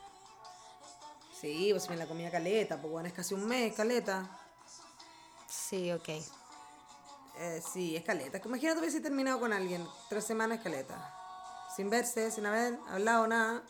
Sí, pues me la comía caleta, pues bueno, es casi un mes, caleta. Sí, ok. Eh, sí, es caleta. Es que imagínate hubiese terminado con alguien. Tres semanas es caleta. Sin verse, sin haber hablado nada.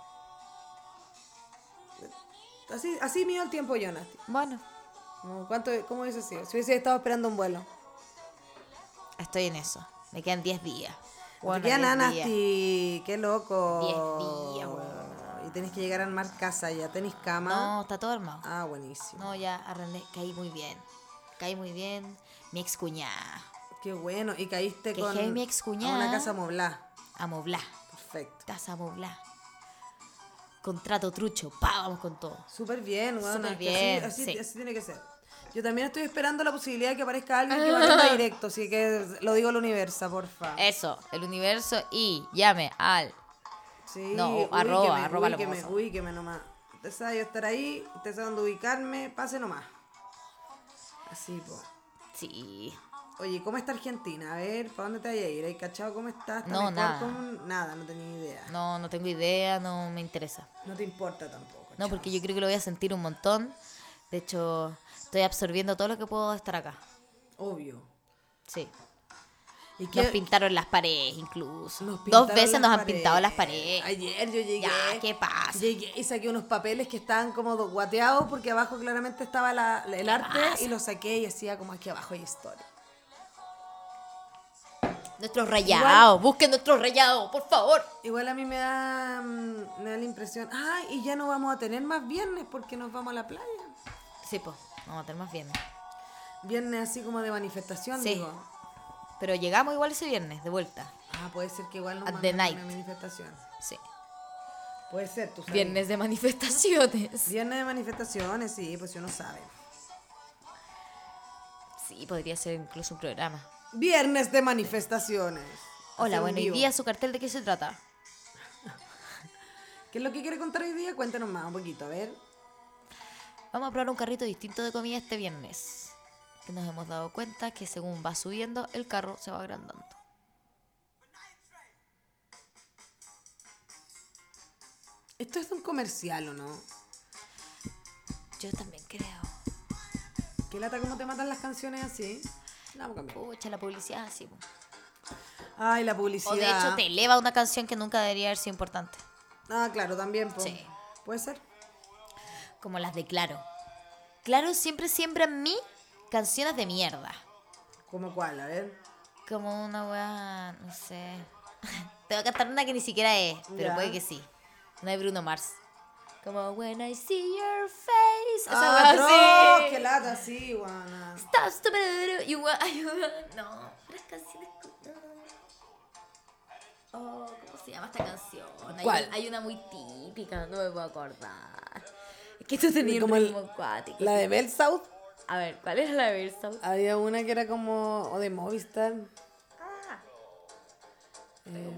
Así, así mío el tiempo, Jonas. Bueno, Como, ¿Cuánto, ¿Cómo hubiese sido? Si hubiese estado esperando un vuelo. estoy en eso. Me quedan diez días. Bueno, Bueno, qué diez días. Nati, qué loco. Diez días, weón. Y tenés que llegar a armar casa ya. ¿Tenés cama? No, está todo armado. Ah, buenísimo. No, ya arrendé. Caí muy bien. Caí muy bien. Mi ex cuñada. Qué bueno. Y caíste Que con heavy mi a excuñada. una casa moblá. Amoblá. Perfecto. Casa amoblá. Contrato trucho. Pa, vamos con todo. Súper bien, weón. Súper Así- bien, Así, sí. así tiene que ser. Yo también estoy esperando la posibilidad de que aparezca alguien que me atienda directo. Así que lo digo al universo, porfa. Eso, el universo y llame al. Sí, No, arroba, ubíqueme, arroba lo ubíqueme, famoso. ubíqueme nomás. Usted sabe yo estar ahí, usted sabe dónde ubicarme, pase nomás. Así, po. Sí. Oye, ¿cómo está Argentina? A ver, ¿para dónde te vayas a ir? ¿Hay cachado cómo está? ¿Está No, mejor? nada. ¿Cómo? Nada, no tenía idea. No, no tengo idea, no me interesa. No te importa tampoco. No, chao. porque yo creo que lo voy a sentir un montón. De hecho, estoy absorbiendo todo lo que puedo de estar acá. Obvio. Sí. ¿Y Nos pintaron las paredes incluso. Nos Dos pintaron veces las nos han paredes. pintado las paredes. Ayer yo llegué. Ya, ¿qué pasa? Llegué y saqué unos papeles que estaban como do- guateados porque abajo claramente estaba la- el arte pasa? y los saqué y decía como aquí abajo hay historia. Nuestros rayados. Busquen nuestros rayados, por favor. Igual a mí me da, mm, me da la impresión, ah, y ya no vamos a tener más viernes porque nos vamos a la playa. Sí, pues. Vamos a tener más viernes. Viernes así como de manifestación, Sí. digo. Pero llegamos igual ese viernes, de vuelta. Ah, puede ser que igual nos At manden the night. una manifestación. Sí. Puede ser, tú sabes. Viernes de manifestaciones. Viernes de manifestaciones, sí, pues uno sabe. Sí, podría ser incluso un programa. Viernes de manifestaciones. Hola, Hacer un bueno, hoy vivo. día su cartel, ¿de qué se trata? ¿Qué es lo que quiere contar hoy día? Cuéntanos más un poquito, a ver. Vamos a probar un carrito distinto de comida este viernes. Que nos hemos dado cuenta que según va subiendo, el carro se va agrandando. ¿Esto es un comercial o no? Yo también creo. ¿Qué lata cómo te matan las canciones así? Vamos a cambiar. Pucha, la publicidad así. po. Ay, la publicidad. O de hecho te eleva una canción que nunca debería haber sido importante. Ah, claro, también. po. Sí. Puede ser. Como las de Claro. Claro siempre siembra en mí canciones de mierda. ¿Cómo cuál? A ver. Como una weá, no sé. Te voy a cantar una que ni siquiera es, pero Ya. puede que sí. Una de Bruno Mars. Como When I See Your Face. Esa ¡Ah, weá no! así. ¡Qué lata, sí, guana! Stop, stop, it, you want, you want- No, las canciones. No. Oh, ¿cómo se llama esta canción? Hay ¿Cuál? un- Hay, una muy típica, no me puedo acordar. Es que tú tenías Como un el- ritmo acuático. La de Bell South. A ver, ¿cuál era la de Versailles? Había una que era como. O de Movistar. Ah, Em,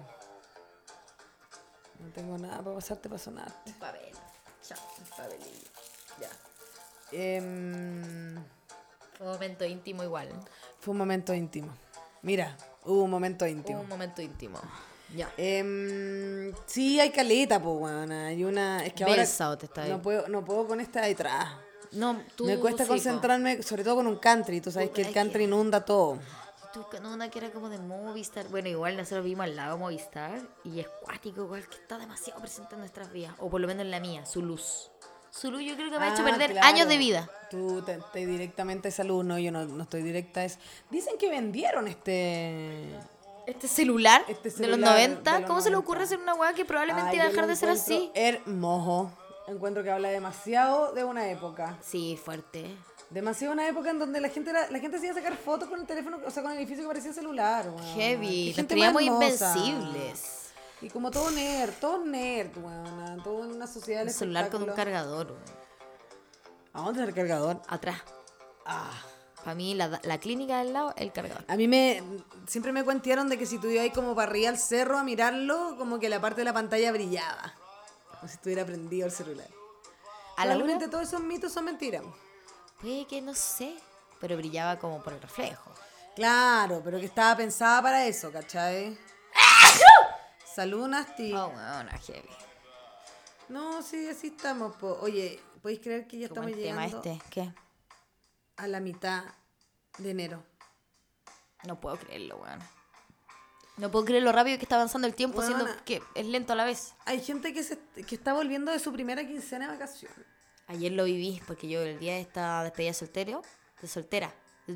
no tengo nada para pasarte para sonarte. un papel. Chao, un papelillo. Ya. Em, Fue un momento íntimo igual. fue un momento íntimo. Mira, hubo un momento íntimo. Un momento íntimo. Ya. Em, sí, hay caleta, pues, weona. Hay una. Es que ahora. Belsaut está ahí. No puedo, no puedo con esta de atrás. No, tú Me cuesta sí, po. concentrarme, sobre todo con un country. Tú sabes Puta, que el es country que- inunda todo. Tú con una que era como de Movistar. Bueno, igual nosotros vimos al lado Movistar. Y es cuático, igual que está demasiado presente en nuestras vidas. O por lo menos en la mía, su luz. Su luz yo creo que me ha hecho Ah, perder claro. años de vida. Tú te, te directamente esa luz, no, yo no, no estoy directa. Es... Dicen que vendieron este. Este celular, Este de los celular noventa, de los ¿cómo se le noventa? ocurre hacer una weá que probablemente Ay, iba a yo dejar lo de ser encuentro así? Hermoso. Encuentro que habla demasiado de una época. Sí, fuerte. Demasiado una época en donde la gente era, la gente se iba a sacar fotos con el teléfono, o sea, con el edificio que parecía celular. weón. Heavy. Qué Nos gente creíamos más hermosa. invencibles. Y como todo nerd, todo nerd, weón. Todo en una sociedad del Un celular con un espectáculo. cargador. weón. ¿A dónde está el cargador? Atrás. Ah. Para mí, la, la clínica del lado, el cargador. A mí me siempre me cuentearon de que si tú ibas ahí como para arriba al cerro a mirarlo, como que la parte de la pantalla brillaba. Como si estuviera prendido el celular. A la Probablemente luna, todos esos mitos son mentiras. puede que no sé, pero brillaba como por el reflejo. Claro, pero que estaba pensada para eso, ¿cachai? Salud, Nasty. Oh, bueno, heavy. No, sí, así estamos. Po. Oye, ¿podéis creer que ya Como estamos el tema llegando este. ¿Qué? a la mitad de enero? No puedo creerlo, weón. No puedo creer lo rápido que está avanzando el tiempo, Weona. siendo que es lento a la vez. Hay gente que, se, que está volviendo de su primera quincena de vacaciones. Ayer lo viví, porque yo el día de esta despedida de soltero, de soltera,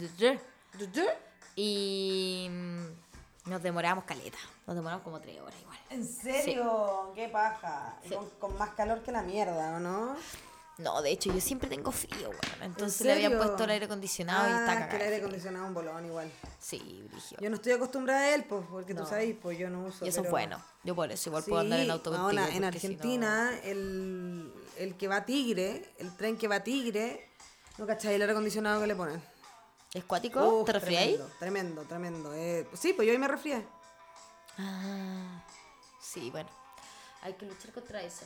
y mm, nos demoramos caleta. Nos demoramos como tres horas igual. ¿En serio? ¡Qué paja! Sí. Con, con más calor que la mierda, ¿o no? No, de hecho, yo siempre tengo frío, weón. Entonces ¿En le habían serio? puesto el aire acondicionado y Ah, está es que cagado. el aire acondicionado es un bolón igual. Sí, brigio. Yo no estoy acostumbrada a él, pues, porque No. tú sabes, pues yo no uso. Y eso es pero- bueno. Yo por eso igual Sí, puedo andar en auto contigo. ahora, en porque si no- Argentina, el, el que va a Tigre, el tren que va a Tigre, ¿no cachai? El aire acondicionado que le ponen. ¿Es cuático? Uf, ¿Te resfriáis? Tremendo, tremendo, tremendo. Eh, sí, pues yo ahí me resfrié. Ah, sí, bueno. Hay que luchar contra eso.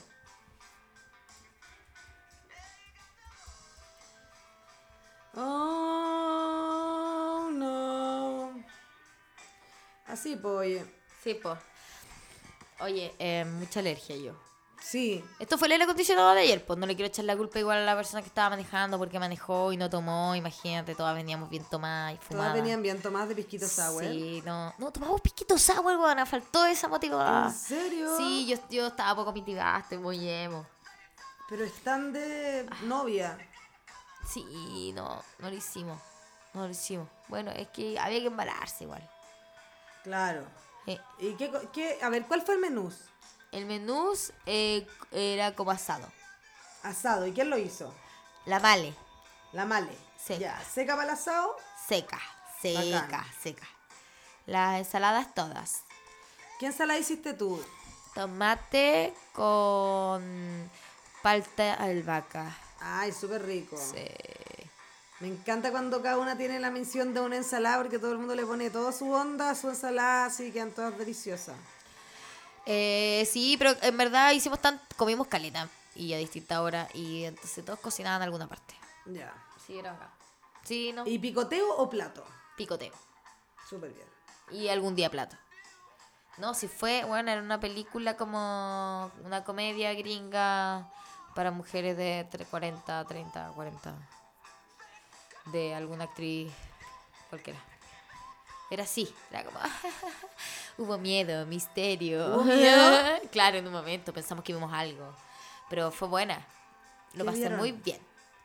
Oh, no. Así, pues, oye. Sí, pues. Oye, eh, mucha alergia yo. Sí, Esto fue el aire acondicionado de ayer, pues no le quiero echar la culpa igual a la persona que estaba manejando porque manejó y no tomó, imagínate, todas veníamos bien tomadas y fumadas. todas venían bien tomadas de pisquito sour. Sí, no, no, tomamos piquito sour, weón, faltó esa motivada. ¿En serio? Sí, yo, yo estaba poco mitigaste, muy emo. Pero están de novia. Sí, no, no lo hicimos, no lo hicimos. Bueno, es que había que embalarse igual. Claro. Eh, ¿Y qué, co- qué? A ver, ¿cuál fue el menú? el menú eh, era como asado. Asado. ¿Y quién lo hizo? La male, La Male. Sí. Ya, seca para el asado. seca, seca, Bacán. seca. Las ensaladas todas. ¿Qué ensalada hiciste tú? Tomate con palta albahaca. Ay, súper rico. Sí. Me encanta cuando cada una tiene la mención de una ensalada porque todo el mundo le pone toda su onda a su ensalada, así quedan todas deliciosas. Eh, sí, pero en verdad hicimos tan, comimos caleta y a distintas horas y entonces todos cocinaban en alguna parte. Ya. Sí, era acá. Sí, no. ¿Y picoteo o plato? Picoteo. Súper bien. Y algún día plato. No, si fue, bueno, era una película como una comedia gringa para mujeres de tre- cuarenta, treinta, cuarenta. De alguna actriz cualquiera. Era así, era como... Hubo miedo, misterio. ¿Hubo miedo? Claro, en un momento pensamos que vimos algo. Pero fue buena. Lo ¿Qué pasé vieron? muy bien.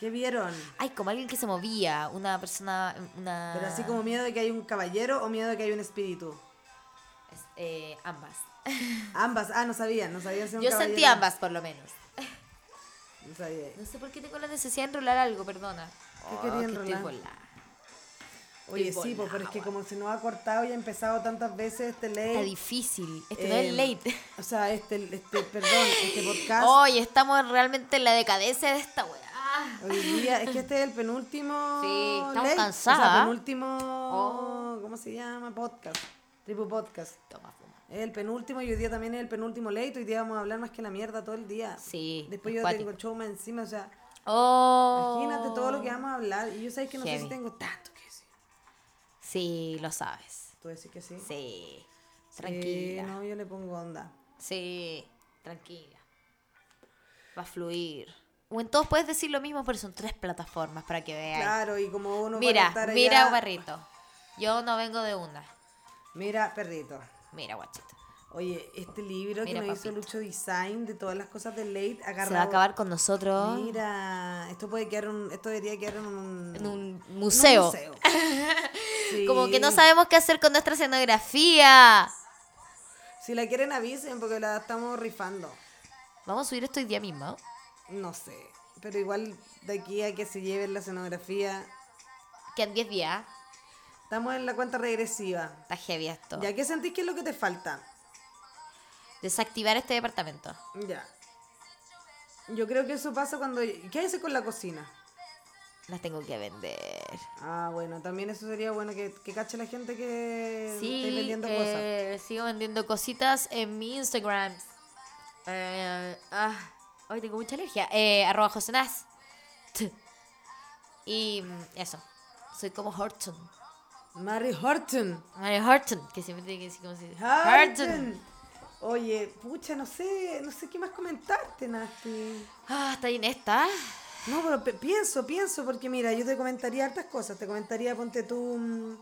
¿Qué vieron? Ay, como alguien que se movía, una persona, una... Pero así como miedo de que hay un caballero o miedo de que hay un espíritu. Es, eh, ambas. Ambas. Ah, no sabía, no sabía si un Yo caballero. sentí ambas, por lo menos. No sabía. No sé por qué tengo la necesidad de enrolar algo, perdona. ¿Qué Oh, quería que enrolar? estoy volada. Oye, Estoy sí, pues, pero es que volada. como se nos ha cortado y ha empezado tantas veces este Está late. difícil. Este no eh, es late. O sea, este, este, perdón, este podcast. Oye, estamos realmente en la decadencia de esta weá. Hoy día, es que este es el penúltimo. Sí, estamos late, cansadas. O sea, penúltimo. Oh. ¿Cómo se llama? Podcast. Tipo podcast. Toma, fuma. Es el penúltimo y hoy día también es el penúltimo late. Hoy día vamos a hablar más que la mierda todo el día. Sí, Después yo cuático. tengo show más encima, o sea, Oh. imagínate todo lo que vamos a hablar. Y yo sabes que no sé Heavy. si tengo tanto que decir. Sí, lo sabes. ¿Tú decís que sí? Sí. Sí, Tranquila. no, yo le pongo onda. Sí, tranquila. Va a fluir. O en todos puedes decir lo mismo, pero son tres plataformas para que veáis. Claro, y como uno va a Mira, estar allá- mira, barrito. Yo no vengo de una. Mira, perrito. Mira, guachito. Oye, este libro Mira, que nos hizo papito. Lucho Design de todas las cosas de Late agarrado. Se va a acabar con nosotros Mira, esto puede quedar un, esto debería quedar en un, en un en un museo. museo. Sí. Como que no sabemos qué hacer con nuestra escenografía. Si la quieren avisen porque la estamos rifando. Vamos a subir esto hoy día mismo. No sé, pero igual de aquí a que se lleven la escenografía, Quedan diez días. estamos en la cuenta regresiva. Está heavy esto. ¿Ya qué sentís que es lo que te falta? Desactivar este departamento. Ya. Yo creo que eso pasa cuando... ¿Qué haces con la cocina? Las tengo que vender. Ah, bueno, también eso sería bueno que, que cache la gente que Sí, estáis vendiendo cosas. eh, sigo vendiendo cositas en mi Instagram. Eh, ah, hoy tengo mucha alergia. Eh, arroba Josenaz. Y mm, eso. Soy como Horton. Mary Horton. Mario Horton, que siempre tiene que decir como si Horton. Oye, pucha, no sé, no sé qué más comentarte, Nati. Ah, está bien esta. No, pero pe- pienso, pienso, porque mira, yo te comentaría hartas cosas. Te comentaría, ponte tú, mm,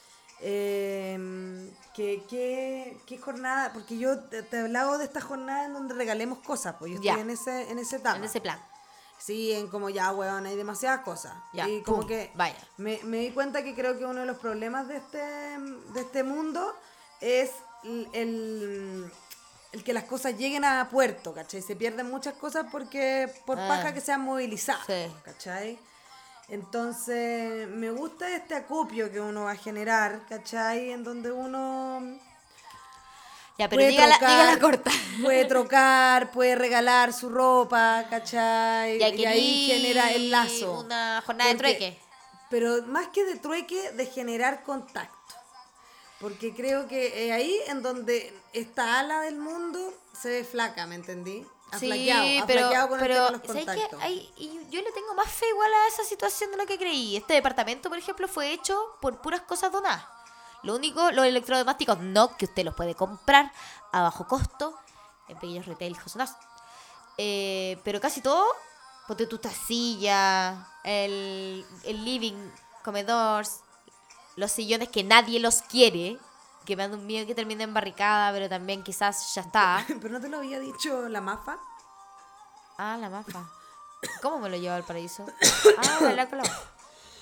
eh, que, que, qué jornada, porque yo te, te he hablado de esta jornada en donde regalemos cosas, pues yo estoy Ya. en ese, en ese etapa. En ese plan. Sí, en como ya, weón, hay demasiadas cosas. Ya, y como pum, que vaya. Me, me di cuenta que creo que uno de los problemas de este, de este mundo es el, el, el que las cosas lleguen a puerto, ¿cachai? Se pierden muchas cosas porque por Ah. paja que sean movilizadas, Sí. ¿cachai? Entonces, me gusta este acopio que uno va a generar, ¿cachai? En donde uno... Ya, pero puede dígala, trocar, dígala corta. Puede trocar, puede regalar su ropa, ¿cachai? Ya y ahí querí genera el lazo. una jornada de Porque- trueque. Pero más que de trueque, de generar contacto. Porque creo que eh, ahí en donde esta ala del mundo se ve flaca, ¿me entendí? Ha Sí, flaqueado, ha pero, flaqueado con el tema de pero los ¿sabes qué? contactos. Hay- y yo le tengo más fe igual a esa situación de lo que creí. Este departamento, por ejemplo, fue hecho por puras cosas donadas. Lo único, los electrodomésticos no, que usted los puede comprar a bajo costo en pequeños retail Josenaz. Eh, pero casi todo, ponte tú esta silla, el, el living, comedor, los sillones que nadie los quiere, que me dan un miedo que termine en barricada, pero también quizás ya está. Pero no te lo había dicho la Mafa. Ah, la mafa. ¿Cómo me lo lleva al paraíso? Ah, voy a hablar con la mafa.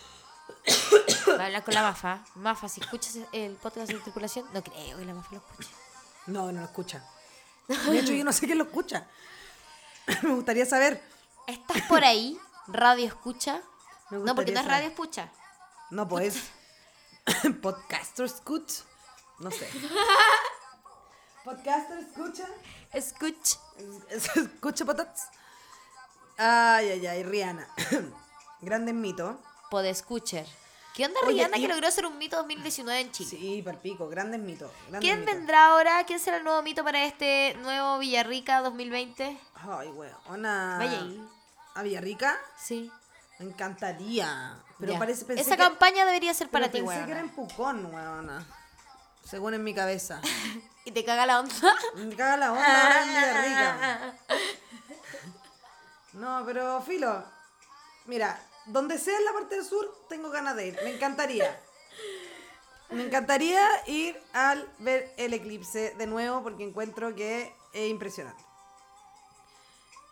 Voy a hablar con la mafa. Mafa, si escuchas el podcast de tripulación, no creo que la mafa lo escuche. No, no lo escucha. De hecho, yo no sé quién lo escucha. Me gustaría saber. ¿Estás por ahí? ¿Radio escucha? Me No, porque gustaría no es saber. radio escucha. No, pues. Podcaster escucha. No sé. Podcaster escucha. Escucha. Es- Escucha patatas. Ay, ay, ay, Rihanna. Grande mito. Podescucher. ¿Qué onda Oye, Rihanna y- que logró ser un mito dos mil diecinueve en Chile? Sí, palpico, grandes mitos. Grandes ¿Quién mitos. vendrá ahora? ¿Quién será el nuevo mito para este nuevo Villarrica dos mil veinte? Ay, weona. Vaya ahí. ¿A Villarrica? Sí. Me encantaría. Pero Ya. parece pensé Esa que, campaña debería ser pero para ti, pensé weón. que era en Pucón, weona. Según en mi cabeza. Y te caga la onda. Me caga la onda ahora en Villarrica. No, pero filo. Mira, donde sea en la parte del sur, tengo ganas de ir. Me encantaría. Me encantaría ir al ver el eclipse de nuevo porque encuentro que es impresionante.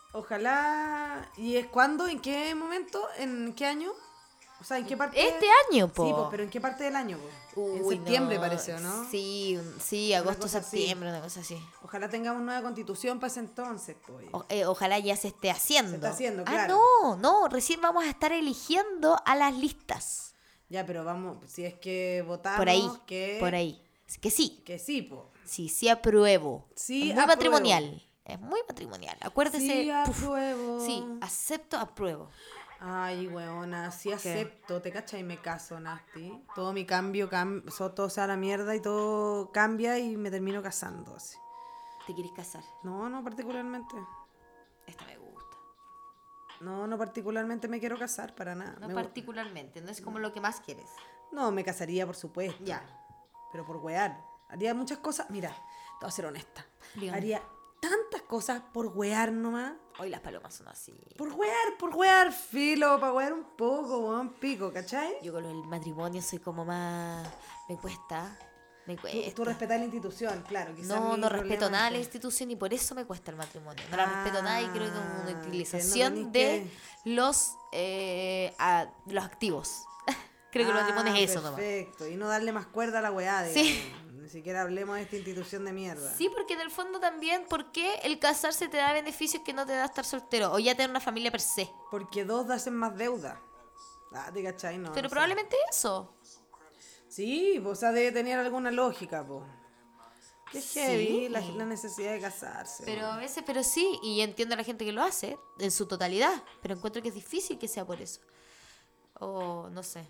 Ojalá. ¿Y es cuándo? ¿En qué momento? ¿En qué año? O sea, ¿en qué parte? Este año, po. Sí, po, pero ¿en qué parte del año, po? En Uy, septiembre no. parece, ¿o no? Sí, sí, agosto, cosa así. septiembre, una cosa así. Ojalá tengamos nueva constitución para ese entonces, pues. O- eh, ojalá ya se esté haciendo. Se está haciendo, Ah, claro. no, no, recién vamos a estar eligiendo a las listas. Ya, pero vamos, si es que votamos Por ahí, que... por ahí. Que sí, Que sí, po. sí, sí apruebo. Sí, es muy apruebo. matrimonial, es muy matrimonial. Acuérdese. Sí, puf, apruebo. sí, acepto, apruebo. Ay, weona, sí acepto, te cachai, me caso, Nasty. Todo mi cambio, cam... so- todo se va a la mierda y todo cambia y me termino casando, así. ¿Te quieres casar? No, no particularmente. Esta me gusta. No, no particularmente me quiero casar, para nada. No Me gu- particularmente, no es como lo que más quieres. No, me casaría, por supuesto. Ya. Pero por wear. Haría muchas cosas. Mira, te voy a ser honesta. Dígame. Haría tantas cosas por wear nomás. Hoy las palomas son así. Por wear, por wear, filo, para wear un poco, weón, pico, ¿cachai? Yo con el matrimonio soy como más... Me cuesta, me Tú, cuesta. tú respetas la institución, claro. quizás No, mi no respeto problema nada es la que- institución y por eso me cuesta el matrimonio. No la Ah, respeto nada y creo que es que una no utilización tenés de los, eh, a- los activos. Creo que el Ah, matrimonio es eso nomás. Perfecto, y no darle más cuerda a la weá, Sí. digamos. Ni siquiera hablemos de esta institución de mierda. Sí, porque en el fondo también, ¿por qué el casarse te da beneficios que no te da estar soltero? O ya tener una familia per se. Porque dos hacen más deuda. Ah, ¿te cachai? No, Pero no sé. probablemente eso. Sí, pues, o sea, debe tener alguna lógica, pues. Qué Sí. heavy la, la necesidad de casarse. Pero a weón. veces, pero sí, y entiendo a la gente que lo hace en su totalidad, pero encuentro que es difícil que sea por eso. O no sé,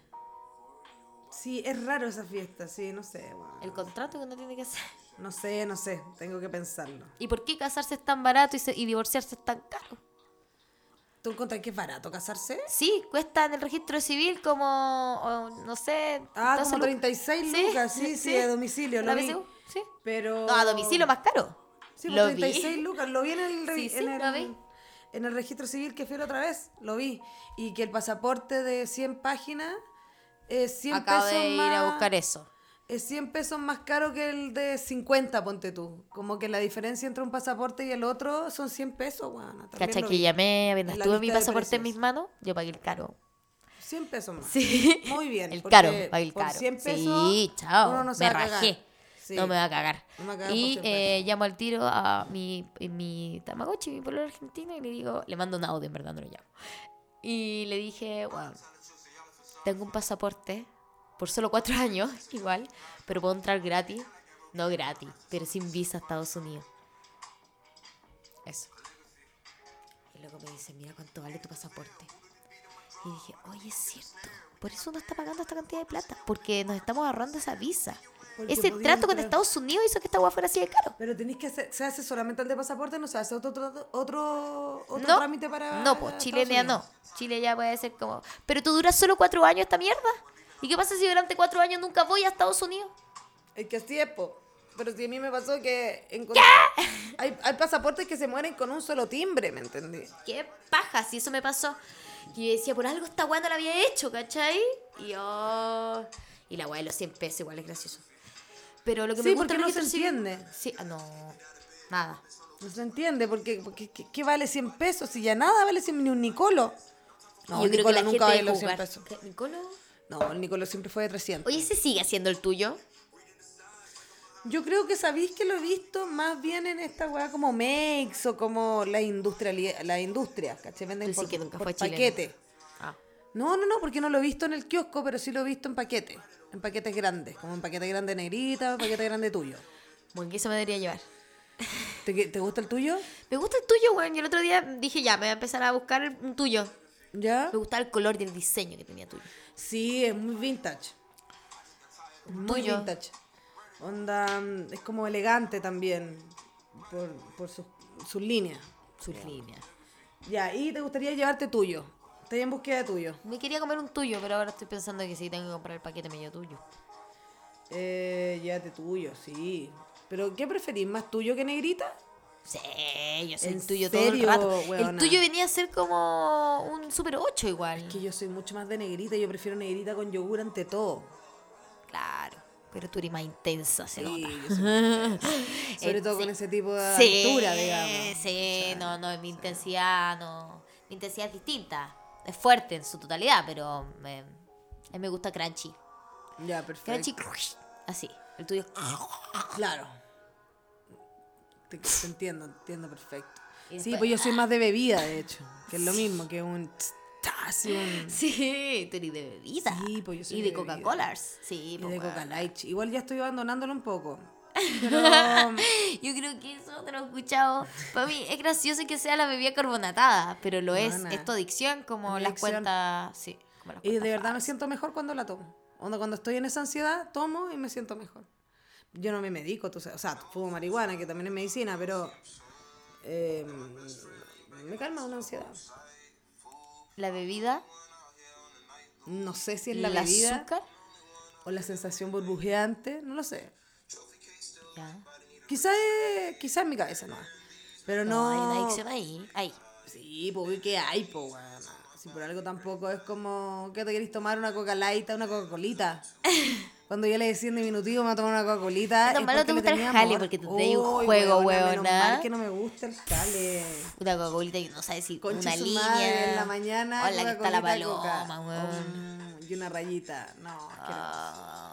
Sí, es raro esa fiesta, sí, no sé, weón. el contrato que uno tiene que hacer. No sé, no sé, tengo que pensarlo. ¿Y por qué casarse es tan barato y, se- y divorciarse es tan caro? ¿Tú encontrás que es barato casarse? Sí, cuesta en el registro civil como, o, no sé... Ah, doce como lu- treinta y seis lucas, sí, sí, de domicilio, ¿La lo vi. B C U? Sí. Pero... No, a domicilio más caro. Sí, lo pues treinta y seis vi. lucas, lo vi en el, re- Sí, sí, en, el, lo vi. en el registro civil que fui la otra vez, lo vi. Y que el pasaporte de cien páginas es cien Acabo pesos de ir más... a buscar eso. Es cien pesos más caro que el de cincuenta, ponte tú. Como que la diferencia entre un pasaporte y el otro son cien pesos, weón. Cacha que llamé, apenas En la tuve mi lista de pasaporte en precios. mis manos, yo pagué el caro. cien pesos más. Sí. Muy bien. El porque caro, pagué el por caro. cien pesos, Sí, chao. uno no se me va a cagar. rajé. Sí. No me va a cagar. No me va a cagar por Y cien eh, llamo al tiro a mi, mi Tamagotchi, mi pueblo argentino, y le digo, le mando un audio, en verdad no lo llamo. Y le dije, bueno, tengo un pasaporte por solo cuatro años, igual, pero puedo entrar gratis. No gratis, pero sin visa a Estados Unidos. Eso. Y luego me dice, mira cuánto vale tu pasaporte. Y dije, oye, es cierto. Por eso uno está pagando esta cantidad de plata. Porque nos estamos ahorrando esa visa. Porque Ese podía trato con entrar. Estados Unidos hizo que esta hueá fuera así de caro. Pero tenéis que hacer, se hace solamente el de pasaporte, no se hace otro, otro, otro, otro No, trámite para. no, pues Estados Chile ya no. Unidos. Chile ya puede ser como... Pero tú duras solo cuatro años esta mierda. ¿Y qué pasa si durante cuatro años nunca voy a Estados Unidos? Es que así es, po. Pero si a mí me pasó que. encontré- Hay, hay pasaportes que se mueren con un solo timbre, ¿me entendí? Qué paja, si eso me pasó. Y yo decía, por algo esta weá no la había hecho, ¿cachai? Y yo... Y la weá de los cien pesos igual es gracioso. Pero lo que Sí, me gusta porque del no registro se civil- entiende. Sí, ah, no, nada. No se entiende, porque, porque ¿qué, qué vale cien pesos? Si ya nada vale cien, ni un Nicolo. No, Y el yo creo que Nicolo la nunca gente vale debe los cien jugar. pesos. ¿Qué, Nicolo? No, el Nicolo siempre fue de trescientos. Oye, ¿se sigue haciendo el tuyo? Yo creo que sabéis que lo he visto más bien en esta weá como Makes o como la industria, la industria, ¿cachai? Venden Tú sí por, que nunca por fue chileno. paquete. Ah. No, no, no, porque no lo he visto en el kiosco, pero sí lo he visto en paquete. En paquetes grandes, como en paquete grande negrita, paquete grande tuyo. Bueno, que eso me debería llevar. ¿Te, te gusta el tuyo? Me gusta el tuyo, weón. Yo el otro día dije, ya, me voy a empezar a buscar el- un tuyo. ¿Ya? Me gustaba el color y el diseño que tenía tuyo. Sí, es muy vintage. Muy Tuyo. vintage. Onda, mm, es como elegante también, por, por sus, sus líneas. Sus líneas. Ya, y te gustaría llevarte tuyo. Estoy en búsqueda de tuyo. Me quería comer un tuyo, pero ahora estoy pensando que si tengo que comprar el paquete medio tuyo. Eh, llévate tuyo, sí. ¿Pero qué preferís, más tuyo que negrita? Sí, yo soy ¿En el tuyo todo el serio, rato. weona? El tuyo venía a ser como un Super ocho igual. Que yo soy mucho más de negrita, yo prefiero negrita con yogur ante todo. Claro. Pero tú eres más intensa, se Sí, nota. yo soy muy intensa. Sobre Eh, todo sí. con ese tipo de Sí, aventura, digamos. sí, no, no, mi intensidad no. Mi intensidad es distinta. Es fuerte en su totalidad, pero me, a mí me gusta crunchy. Ya, perfecto. Crunchy, así. El tuyo. Claro. Te, te entiendo, entiendo perfecto. Y Sí, después- pues yo soy más de bebida, de hecho. Que es lo mismo que un... tss, ta, así un Sí, tú eres de bebida. Sí, pues yo soy Y de de bebida. Coca-Cola. Sí, y pues, de bueno. Coca Light. Igual ya estoy abandonándolo un poco. Pero... Yo creo que eso te lo he escuchado. Para mí es gracioso que sea la bebida carbonatada, pero lo es. Mana. Es tu adicción como Es mi las adicción. cuentas. Sí, como las Y de cuentas verdad me falsas. siento mejor cuando la tomo. Onda, cuando estoy en esa ansiedad, tomo y me siento mejor. Yo no me medico, tú sabes, o sea, fumo marihuana, que también es medicina, pero eh, me calma una ansiedad. La bebida, No sé si es el la bebida azúcar. o la sensación burbujeante, no lo sé. Ya. Quizás es, quizá es mi cabeza, no. Pero no... No, hay una adicción ahí. Ahí. Sí, pues, ¿qué hay, pues, weón? Si por algo tampoco es como que te querés tomar una Coca Light, una Coca-Colita. Cuando yo le decía en diminutivo, me voy a tomar una Coca-Colita. Menos es mal no porque te le gusta el tenía jale, amor. porque te trae un Uy, juego, weona, Menos weona. mal que no me gusta el jale. Una Coca-Colita y no sabes si Concha una su línea. madre, en la mañana, O en la que está la Coca-Colita de Coca. paloma, weón. Mm, y una rayita. No, asqueroso. Ah.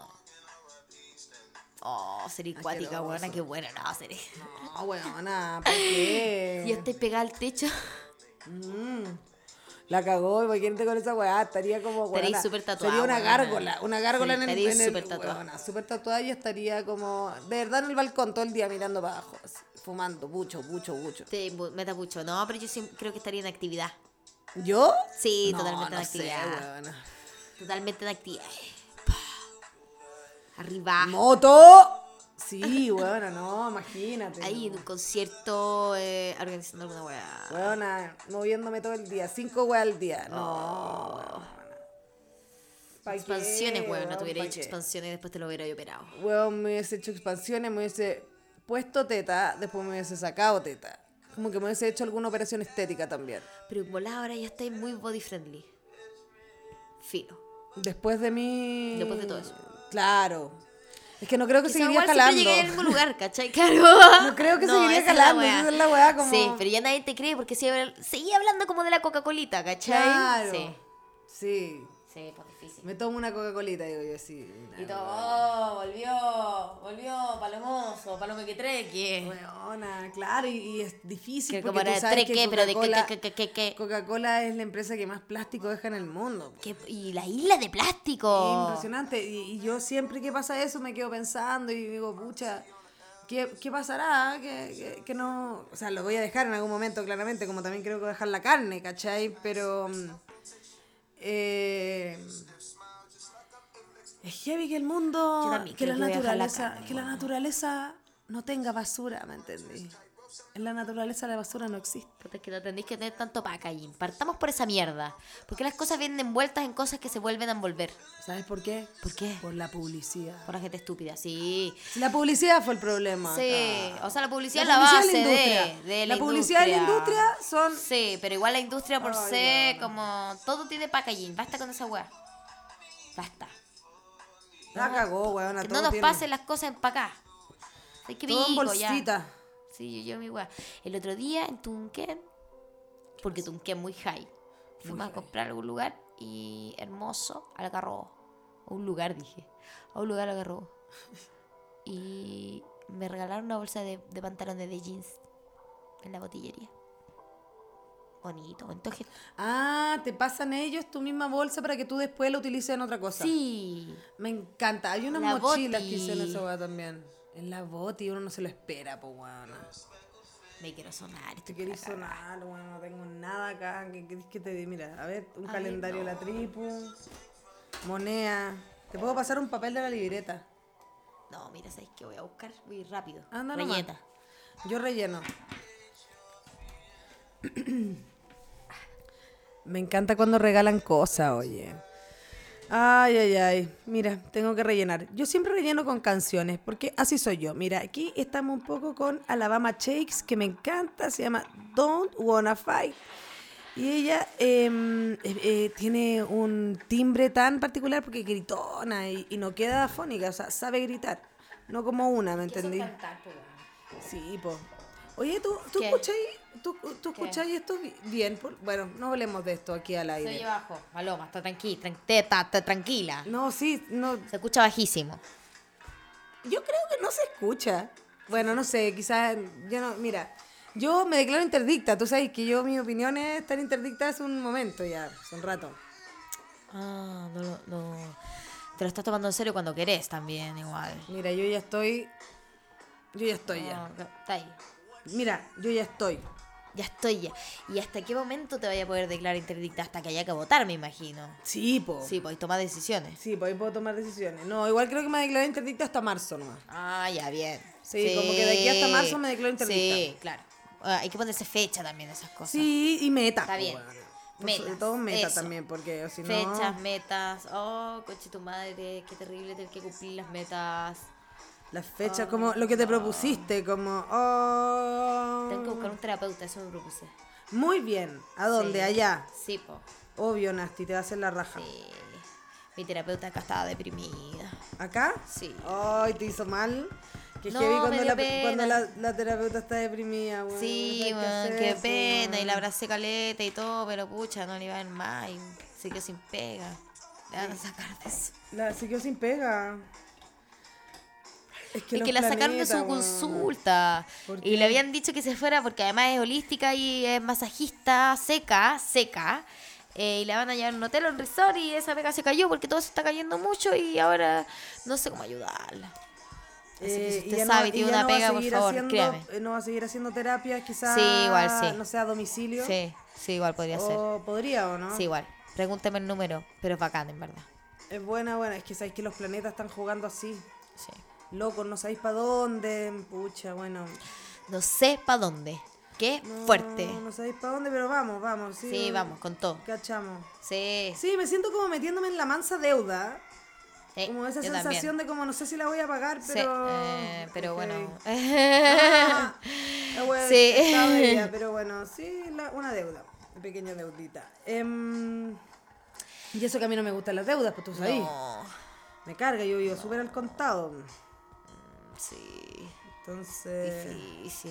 Oh, sería acuática, Asqueroso. buena, qué buena, no, sería. No, weona, ¿por qué? Y estáis pegada al techo. Mm. La cagó, imagínate con esa weá, estaría como Estaría weona, súper tatuada, sería una weona. gárgola, una gárgola Sí, en el, estaría en el súper tatuada. weona, súper tatuada y estaría como, de verdad en el balcón todo el día mirando para abajo, así, fumando, mucho, mucho, mucho. Sí, bu- meta mucho. No, pero yo sí creo que estaría en actividad. ¿Yo? Sí, No, totalmente no en actividad. sé, weona. Totalmente en actividad. Pa. Arriba. ¡Moto! Sí, weona, no, imagínate. Ahí en un concierto eh, organizando alguna weá. Weona, moviéndome todo el día, cinco weas al día. No, Oh. weona. ¿Pa' qué, Expansiones, weón. No weón? te hubiera ¿Pa' hecho qué? expansiones y después te lo hubiera yo operado. Weón, me hubiese hecho expansiones, me hubiese puesto teta, después me hubiese sacado teta. Como que me hubiese hecho alguna operación estética también. Pero en volada ahora ya estáis muy body friendly. Fino. Después de mi... Después de todo eso. Claro. Es que no creo que Quizá seguiría igual jalando. siempre llegué al mismo lugar, ¿cachai? Claro. No creo que No, seguiría esa es la jalando, weá. esa es la weá como... Sí, pero ya nadie te cree porque sigue, seguía hablando como de la Coca-Colita, ¿cachai? Claro. Sí. Sí. Sí, pues difícil. Me tomo una Coca-Colita, digo yo, sí. Y todo, oh, volvió, volvió, palomoso, palome que treque. Weona, claro, y, y es difícil Que porque como tú era sabes que treque, pero de que, Coca-Cola que, que, que, que, Coca-Cola es la empresa que más plástico deja en el mundo. que- Y la isla de plástico. Impresionante. Y, y yo siempre que pasa eso me quedo pensando y digo, pucha, ¿qué, qué pasará? Que, que, que no... O sea, lo voy a dejar en algún momento, claramente, como también creo que voy a dejar la carne, ¿cachai? Pero... mm, Eh, es heavy que el mundo... Yo también que la creo que voy a dejar la naturaleza, carne, que la bueno. naturaleza no tenga basura, ¿me entendí? En la naturaleza la basura no existe. Puta, es que no tendréis que tener tanto packaging. Partamos por esa mierda. Porque las cosas vienen envueltas en cosas que se vuelven a envolver. ¿Sabes por qué? ¿Por qué? Por la publicidad. Por la gente estúpida, sí. La publicidad fue el problema. Sí, acá. o sea, la publicidad La es la, publicidad base es la de, industria. de la, La publicidad y la industria son- Sí, pero igual la industria por Ay, sí, weona. como... Todo tiene packaging. Basta con esa weá. Basta. La cagó, weona. Que todo no nos tiene- pasen las cosas empacadas. Hay que todo en pico, ya. bolsita. Sí, yo, yo mi weá. El otro día en Tunquén, porque Tunquén muy high, fuimos a high. comprar a algún lugar y hermoso, Algarrobo. A un lugar, dije. A un lugar Algarrobo. Y me regalaron una bolsa de, de pantalones de jeans en la botillería. Bonito, entonces... Ah, te pasan ellos tu misma bolsa para que tú después la utilices en otra cosa. Sí. Me encanta. Hay unas La mochilas Boti. que hicieron esa weá también. En la boti uno no se lo espera, po weona. Me quiero sonar. Te estoy querés para la cagada. sonar, weón, no tengo nada acá. ¿Qué querés que te diga? Mira, a ver, un A calendario ver, de la tripu, moneda. Te puedo pasar un papel de la libreta. No, mira, ¿sabes qué? Voy a buscar. Voy rápido. Anda nomás. Relleta. Yo relleno. Me encanta cuando regalan cosas, oye. Ay, ay, ay. Mira, tengo que rellenar. Yo siempre relleno con canciones, porque así soy yo. Mira, aquí estamos un poco con Alabama Shakes, que me encanta. Se llama Don't Wanna Fight. Y ella eh, eh, eh, tiene un timbre tan particular porque gritona y, y no queda afónica, o sea, sabe gritar. No como una, ¿me entendí? Sí, po. Oye, ¿tú, tú escuchas tú, tú escucháis esto bien? Por, bueno, no hablemos de esto aquí al aire. Se oye bajo, Paloma, está tranquila, tran- está, está tranquila. No, sí, no. Se escucha bajísimo. Yo creo que no se escucha. Bueno, no sé, quizás, yo no, mira, yo me declaro interdicta, tú sabes que yo, mis opiniones están interdictas hace un momento ya, hace un rato. Ah, no, lo- no. Te lo estás tomando en serio cuando querés también, igual. Mira, yo ya estoy, yo ya estoy ya. No, está ahí. Mira, yo ya estoy. Ya estoy ya. ¿Y hasta qué momento te vaya a poder declarar interdicta? Hasta que haya que votar, me imagino. Sí, po. Sí, pues tomar decisiones. Sí, pues ahí puedo tomar decisiones. No, igual creo que me declaré interdicta hasta marzo nomás. Ah, ya, bien. Sí, como que de aquí hasta marzo me declaro interdicta. Sí, claro. Ah, hay que ponerse fecha también, esas cosas. Sí, y metas. Está po, bien. bueno. Por Metas, sobre todo metas eso. también, porque si no... Fechas, metas. Oh, coche tu madre, qué terrible tener que cumplir las metas. Las fechas, como lo que te propusiste, como... Oh... Tengo que buscar un terapeuta, eso me propuse. Muy bien. ¿A dónde? Sí. Allá. Sí, po. Obvio, Nasty, te va a hacer la raja. Sí. Mi terapeuta acá estaba deprimida. ¿Acá? Sí. Ay, ¿te hizo mal? Que No, heavy me cuando, dio la, pena. cuando la, la terapeuta está deprimida, weón. Sí, No hay que weón, hacer qué eso, pena. Y weón. la abracé caleta y todo, pero pucha, no le iba a ver más. Y se quedó sin pega. Le van a sacar de eso. La se quedó sin pega. Es que, Es los que la sacaron de planetas, su weón. consulta. ¿Por Y qué? le habían dicho que se fuera porque además es holística y es masajista seca, seca. Eh, y la van a llevar a un hotel o un resort y esa pega se cayó porque todo se está cayendo mucho y ahora no sé cómo ayudarla. Así que si Eh, y usted ya sabe no- y tiene y ya una no va a pega, por seguir favor, haciendo- créame. eh, No va a seguir haciendo terapia, quizás. Sí, igual, sí. No sé, a domicilio. Sí, sí, igual podría ser. O podría o no. Sí, igual. Pregúnteme el número, pero es bacán, en verdad. Es buena, buena. Es que sabéis que los planetas están jugando así. Sí. Locos, no sabéis para dónde. Pucha, bueno. No sé para dónde. Qué No, fuerte. No sabéis para dónde, pero vamos, vamos. Sí, Sí, vamos, con todo. Cachamos. Sí. Sí, me siento como metiéndome en la mansa deuda. Sí, Como esa yo sensación también. de como no sé si la voy a pagar, Sí, pero... eh, pero Ok. bueno. Ah, la wea Sí. está bella, pero bueno, sí, la- una deuda, una pequeña deudita. Em, y eso que a mí no me gustan las deudas, pues tú sabes. No. Me carga, yo vivo súper al contado. Sí. Entonces... Difícil.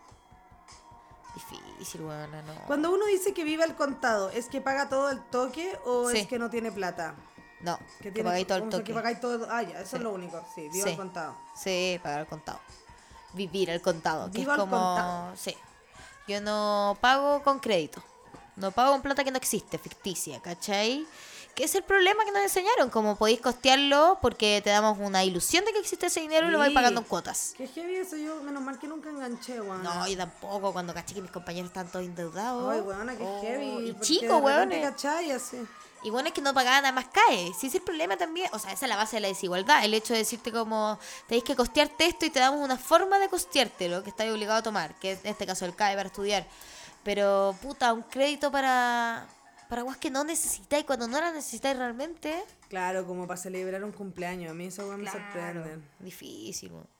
Difícil, bueno, no. Cuando uno dice que vive al contado, ¿es que paga todo el toque o Sí. es que no tiene plata? No, Que que tiene, pagáis todo el o sea, toque. que pagáis todo... Ah, ya, eso Sí. es lo único. Sí, vivo Sí. al contado. Sí, pagar al contado. Vivir al contado, que Vivo es al como... contado. Sí. Yo no pago con crédito. No pago con plata que no existe, ficticia, ¿cachai? Que es el problema que nos enseñaron, como podéis costearlo porque te damos una ilusión de que existe ese dinero y lo vais Sí. pagando en cuotas. Qué heavy eso, yo, menos mal que nunca enganché, weón. No, yo tampoco, cuando caché que mis compañeros están todos endeudados. Ay, weona, qué Oh, heavy. Y porque chicos, de repente, weón. ¿cachai? Así. Y bueno, es que no pagaba nada más cae. Si ese es el problema también, o sea, esa es la base de la desigualdad. El hecho de decirte como, tenéis que costearte esto y te damos una forma de costeártelo que estás obligado a tomar, que es en este caso el C A E para estudiar. Pero, puta, un crédito para para guas que no necesitáis cuando no la necesitáis realmente. Claro, como para celebrar un cumpleaños. A mí eso weón me sorprende. Difícil, weón.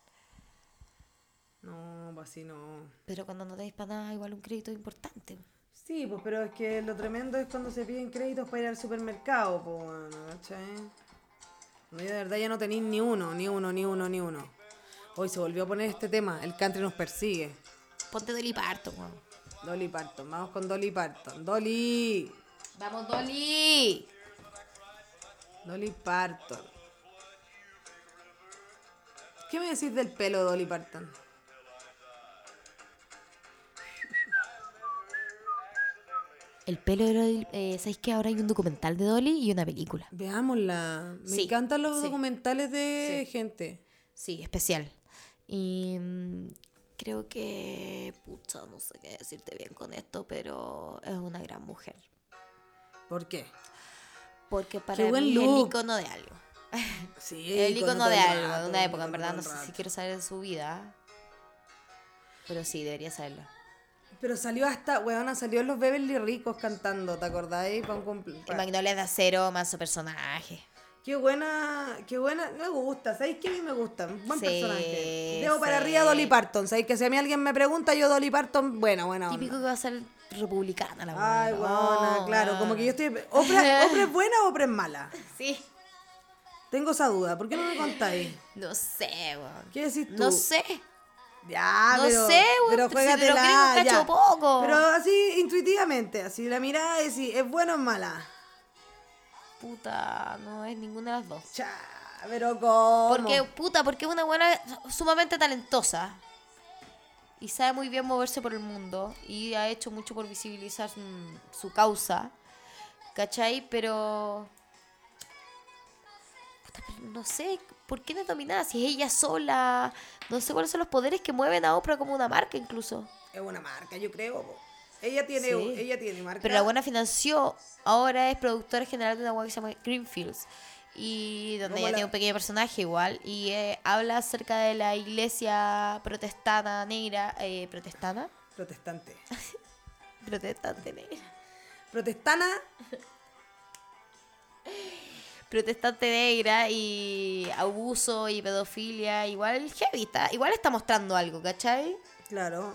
No, pues así no. Pero cuando no tenéis para nada, igual un crédito es importante. Sí, pues, pero es que lo tremendo es cuando se piden créditos para ir al supermercado, pues, bueno, ¿cachai? No, yo de verdad ya no tenéis ni uno, ni uno, ni uno, ni uno. Hoy se volvió a poner este tema, el country nos persigue. Ponte Dolly Parton, weón. Dolly Parton, vamos con Dolly Parton. Dolly, ¡Vamos, Dolly! Dolly Parton. ¿Qué me decís del pelo de Dolly Parton? El pelo de Dolly, eh, ¿sabéis que ahora hay un documental de Dolly y una película? Veámosla. Me Sí, encantan los sí. documentales de Sí. gente. Sí, especial. Y mm, creo que, pucha, no sé qué decirte bien con esto, pero es una gran mujer. ¿Por qué? Porque para Qué buen mí es el look. icono de algo. Sí, el icono icono todo de el algo, rato, de una época, en icono verdad. todo No el sé si rato. quiero saber de su vida. Pero sí, debería saberlo. Pero salió hasta, weona, salió los Beverly Ricos cantando, ¿te acordáis? Pa un cumple- El pa- Magnolia de Acero, más su personaje. Qué buena, qué buena, me gusta, ¿sabéis qué a mí me gusta? Buen Sí, personaje. Debo para sí. arriba Dolly Parton, ¿sabéis que si a mí alguien me pregunta, yo Dolly Parton, buena, buena onda. Típico que va a ser republicana la Ay, buena. buena, Oh, claro. weón. Como que yo estoy... ¿Oprah, ¿Oprah es buena o Oprah es mala? Sí. Tengo esa duda. ¿Por qué no me contáis? No sé, weón. ¿Qué decís tú? No sé. Ya, No pero, sé, weón, pero si de los juégatela, gringos cacho ya. poco. Pero así, intuitivamente, así, la mirada y decís, ¿es buena o es mala? Puta, no es ninguna de las dos. Cha, pero ¿cómo? Porque, puta, porque es una buena sumamente talentosa. Y sabe muy bien moverse por el mundo. Y ha hecho mucho por visibilizar su, su causa. ¿Cachai? Pero... Puta, pero no sé, ¿por qué no es dominada? Si es ella sola. No sé cuáles son los poderes que mueven a Oprah como una marca incluso. Es una marca, yo creo. po. Ella tiene, Sí. ella tiene marca. Pero la buena financió. Ahora es productora general de una web que se llama Greenfields. Y donde ¿Cómo ella la- tiene un pequeño personaje igual. Y eh, habla acerca de la iglesia protestana negra. Eh, ¿Protestana? Protestante. Protestante negra. Protestana, Protestante negra y abuso y pedofilia. Igual heavy, está, igual está mostrando algo, ¿cachai? claro.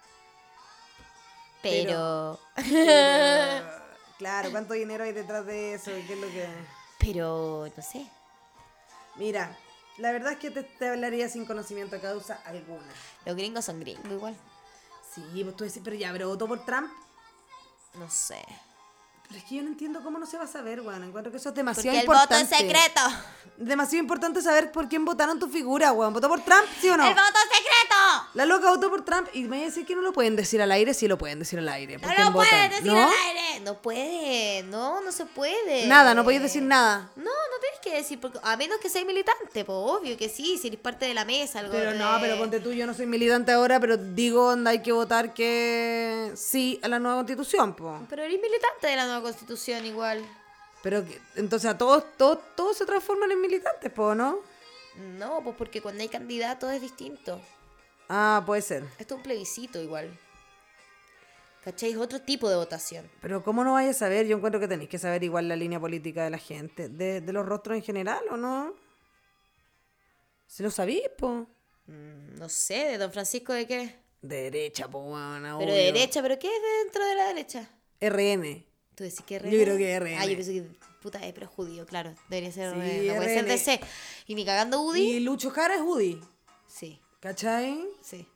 Pero... Pero, claro, ¿cuánto dinero hay detrás de eso? ¿Qué es lo que...? Pero, no sé. Mira, la verdad es que te, te hablaría sin conocimiento de causa alguna. Los gringos son gringos igual. Sí, pues tú decís, pero ya, pero votó por Trump. No sé. Pero es que yo no entiendo cómo no se va a saber, weón. Encuentro que eso es demasiado Porque el voto importante. es secreto. Demasiado importante saber por quién votaron tu figura, weón. ¿Votó por Trump, sí o no? ¡El voto es secreto! La loca votó por Trump y me voy a decir que no lo pueden decir al aire, sí lo pueden decir al aire. ¿Por No quién lo puedes votan? decir ¿No? al aire. No puede. No, no se puede. Nada, no podéis decir nada. No, no tienes que decir. Porque, a menos que seas militante, pues obvio que sí. Si eres parte de la mesa. Algo Pero de- no, pero ponte tú, yo no soy militante ahora, pero digo, onda, hay que votar que sí a la nueva constitución, po. Pero eres militante de la nueva constitución igual. Pero que- entonces a todos, todos, todos se transforman en militantes, po, ¿no? No, pues porque cuando hay candidatos es distinto. Ah, puede ser. Esto es un plebiscito igual. ¿Cachai? Es otro tipo de votación. Pero ¿cómo no vais a saber? Yo encuentro que tenéis que saber igual la línea política de la gente, de, de los rostros en general, ¿o no? ¿Se lo sabéis, po? Mm, no sé, ¿de Don Francisco de qué? De derecha, po, bueno, Pero de derecha, ¿pero qué es dentro de la derecha? R N. ¿Tú decís que R Yo N? creo que R N. Ah, yo pensé que puta es, pero es judío, claro. Debería ser Sí, R N. No puede ser R N. D C. ¿Y ni cagando Y Udi? Lucho Jara es Udi, Sí, ¿cachai? sí.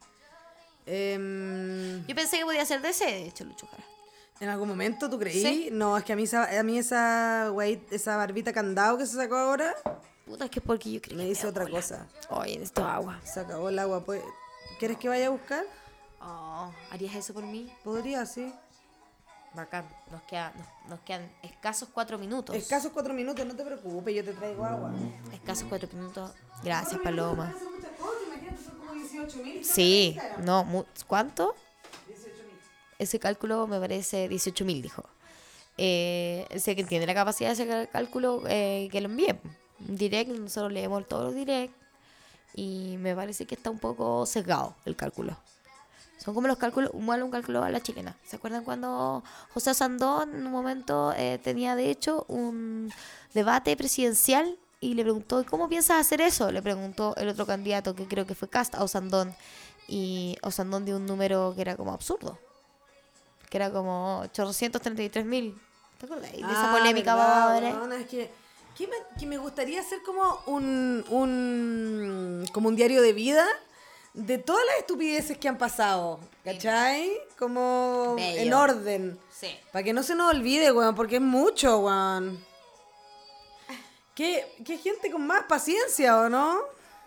Em, Yo pensé que podía ser D C, de hecho, Lucho Jara. ¿En algún momento tú creí? Sí. No, es que a mí esa, a mí esa, güey, esa barbita candado que se sacó ahora Puta, es que es porque yo creo me que dice da otra bola. cosa. Oye, necesito agua. Se acabó el agua, pues. ¿Quieres que vaya a buscar? Oh, ¿harías eso por mí? Podría, sí. Bacán. Nos, queda, nos, nos quedan escasos cuatro minutos. Escasos cuatro minutos, no te preocupes, yo te traigo agua. Escasos cuatro minutos. Gracias, Paloma. Hace muchas cosas, imagínate, son como dieciocho mil. Sí, no, mu- ¿cuánto? Ese cálculo me parece dieciocho mil, dijo. Eh, sé que entiende la capacidad de ese cálculo, eh, que lo envíe. Direct, nosotros leemos todos los direct y me parece que está un poco sesgado el cálculo. Son como los cálculos, igual un cálculo a la chilena. ¿Se acuerdan cuando José Sandón en un momento eh, tenía de hecho un debate presidencial y le preguntó, ¿cómo piensas hacer eso? Le preguntó el otro candidato, que creo que fue Cast, a Osandón. Y Osandón dio un número que era como absurdo. Que era como ochocientos treinta y tres mil. ¿Te acuerdas? De esa Ah, polémica, verdad, madre. weona, es que, que, me, que me gustaría hacer como un, un como un diario de vida de todas las estupideces que han pasado, ¿cachai? Como Bello. en orden. Sí. Para que no se nos olvide, weón, porque es mucho, weón. ¿Qué, qué gente con más paciencia, ¿o no?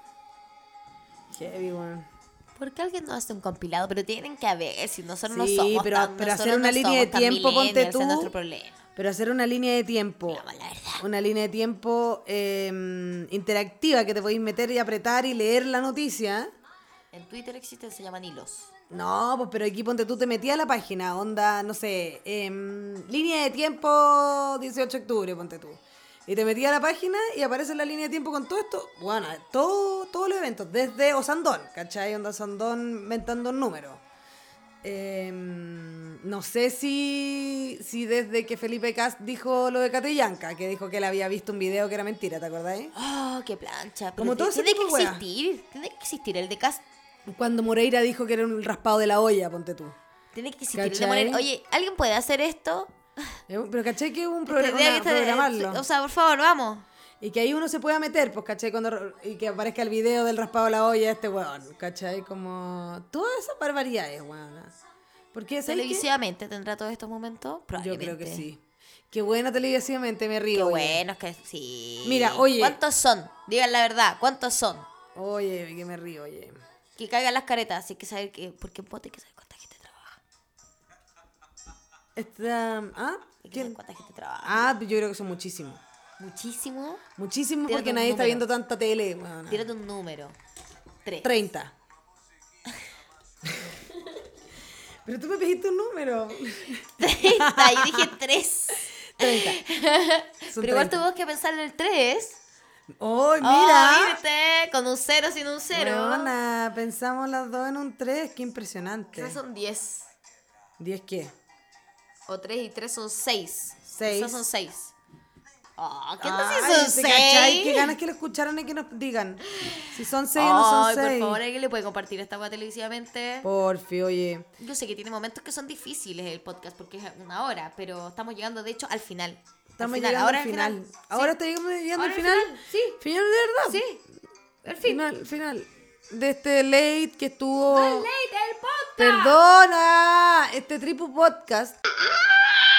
Heavy, weón. ¿Por qué alguien no hace un compilado? Pero tienen que haber, si nosotros Sí, no somos pero- tan, pero nosotros hacer una no línea somos de tan tiempo, ponte millennials, tú. ese es nuestro problema. Pero hacer una línea de tiempo. Digamos la verdad. Una línea de tiempo eh, interactiva que te podéis meter y apretar y leer la noticia. En Twitter existen, se llaman hilos. No, pues pero aquí ponte tú te metías a la página, onda, no sé, em, línea de tiempo dieciocho de octubre, ponte tú. Y te metías a la página y aparece la línea de tiempo con todo esto, bueno, todo, todos los eventos, desde Osandón, ¿cachai? Onda Osandón inventando un número. Em, no sé si, si desde que Felipe Cast dijo lo de Catrillanca, que dijo que él había visto un video que era mentira, ¿te acordáis? Oh, qué plancha. Pero Como todo ese tiene que tipo de wea. existir. Tiene que existir el de Cast. Cuando Moreira dijo que era un raspado de la olla, ponte tú. Tiene que existir el ¿Cachai? demonio. Oye, ¿alguien puede hacer esto? Pero ¿cachai que es un programa Tendría que estar- programarlo? O sea, por favor, vamos. Y que ahí uno se pueda meter, pues, ¿cachai? Cuando, y que aparezca el video del raspado de la olla de este weón, ¿cachai? Como todas esas barbaridades, weón. Porque ¿sabes qué? ¿Televisivamente tendrá todos estos momentos? Yo Probablemente. creo que sí. Qué bueno televisivamente, me río. Qué oye. bueno, es que sí. Mira, oye. ¿Cuántos son? Digan la verdad, ¿cuántos son? Oye, que me río, oye. Que caigan las caretas, hay que saber que... Porque en bote hay que saber cuánta gente trabaja. Esta, ¿ah? Hay que ¿Quién? saber cuánta gente trabaja. Ah, yo creo que son muchísimos. Muchísimo. Muchísimos Tírate porque un nadie está número. viendo tanta tele, weón. Tírate un número. Tres. treinta. Pero tú me pediste un número. treinta, yo dije tres. treinta. Son Pero igual treinta. tuvimos que pensar en el tres. ¡Oh, Oh, mira! ¿viste? Con un cero, sin un cero. Weona, pensamos las dos en un tres, qué impresionante. Quizás son diez. ¿diez qué? O tres y tres son seis. Seis. Quizás son seis. Oh, ¿qué Ay, tal si son ¿te cachai? Qué seis? ganas que lo escucharan y que nos digan si son seis o no son Ay, por seis. favor, ¿alguien le puede compartir esta wea televisivamente? Porfi, oye. Yo sé que tiene momentos que son difíciles el podcast porque es una hora, pero estamos llegando de hecho al final. Estamos al final. llegando Ahora al al final. Sí. Ahora estamos llegando Ahora al final. Sí, Final de verdad. sí. Al fin. Final, final. De este late que estuvo. Late el podcast. Perdona. Este triple podcast.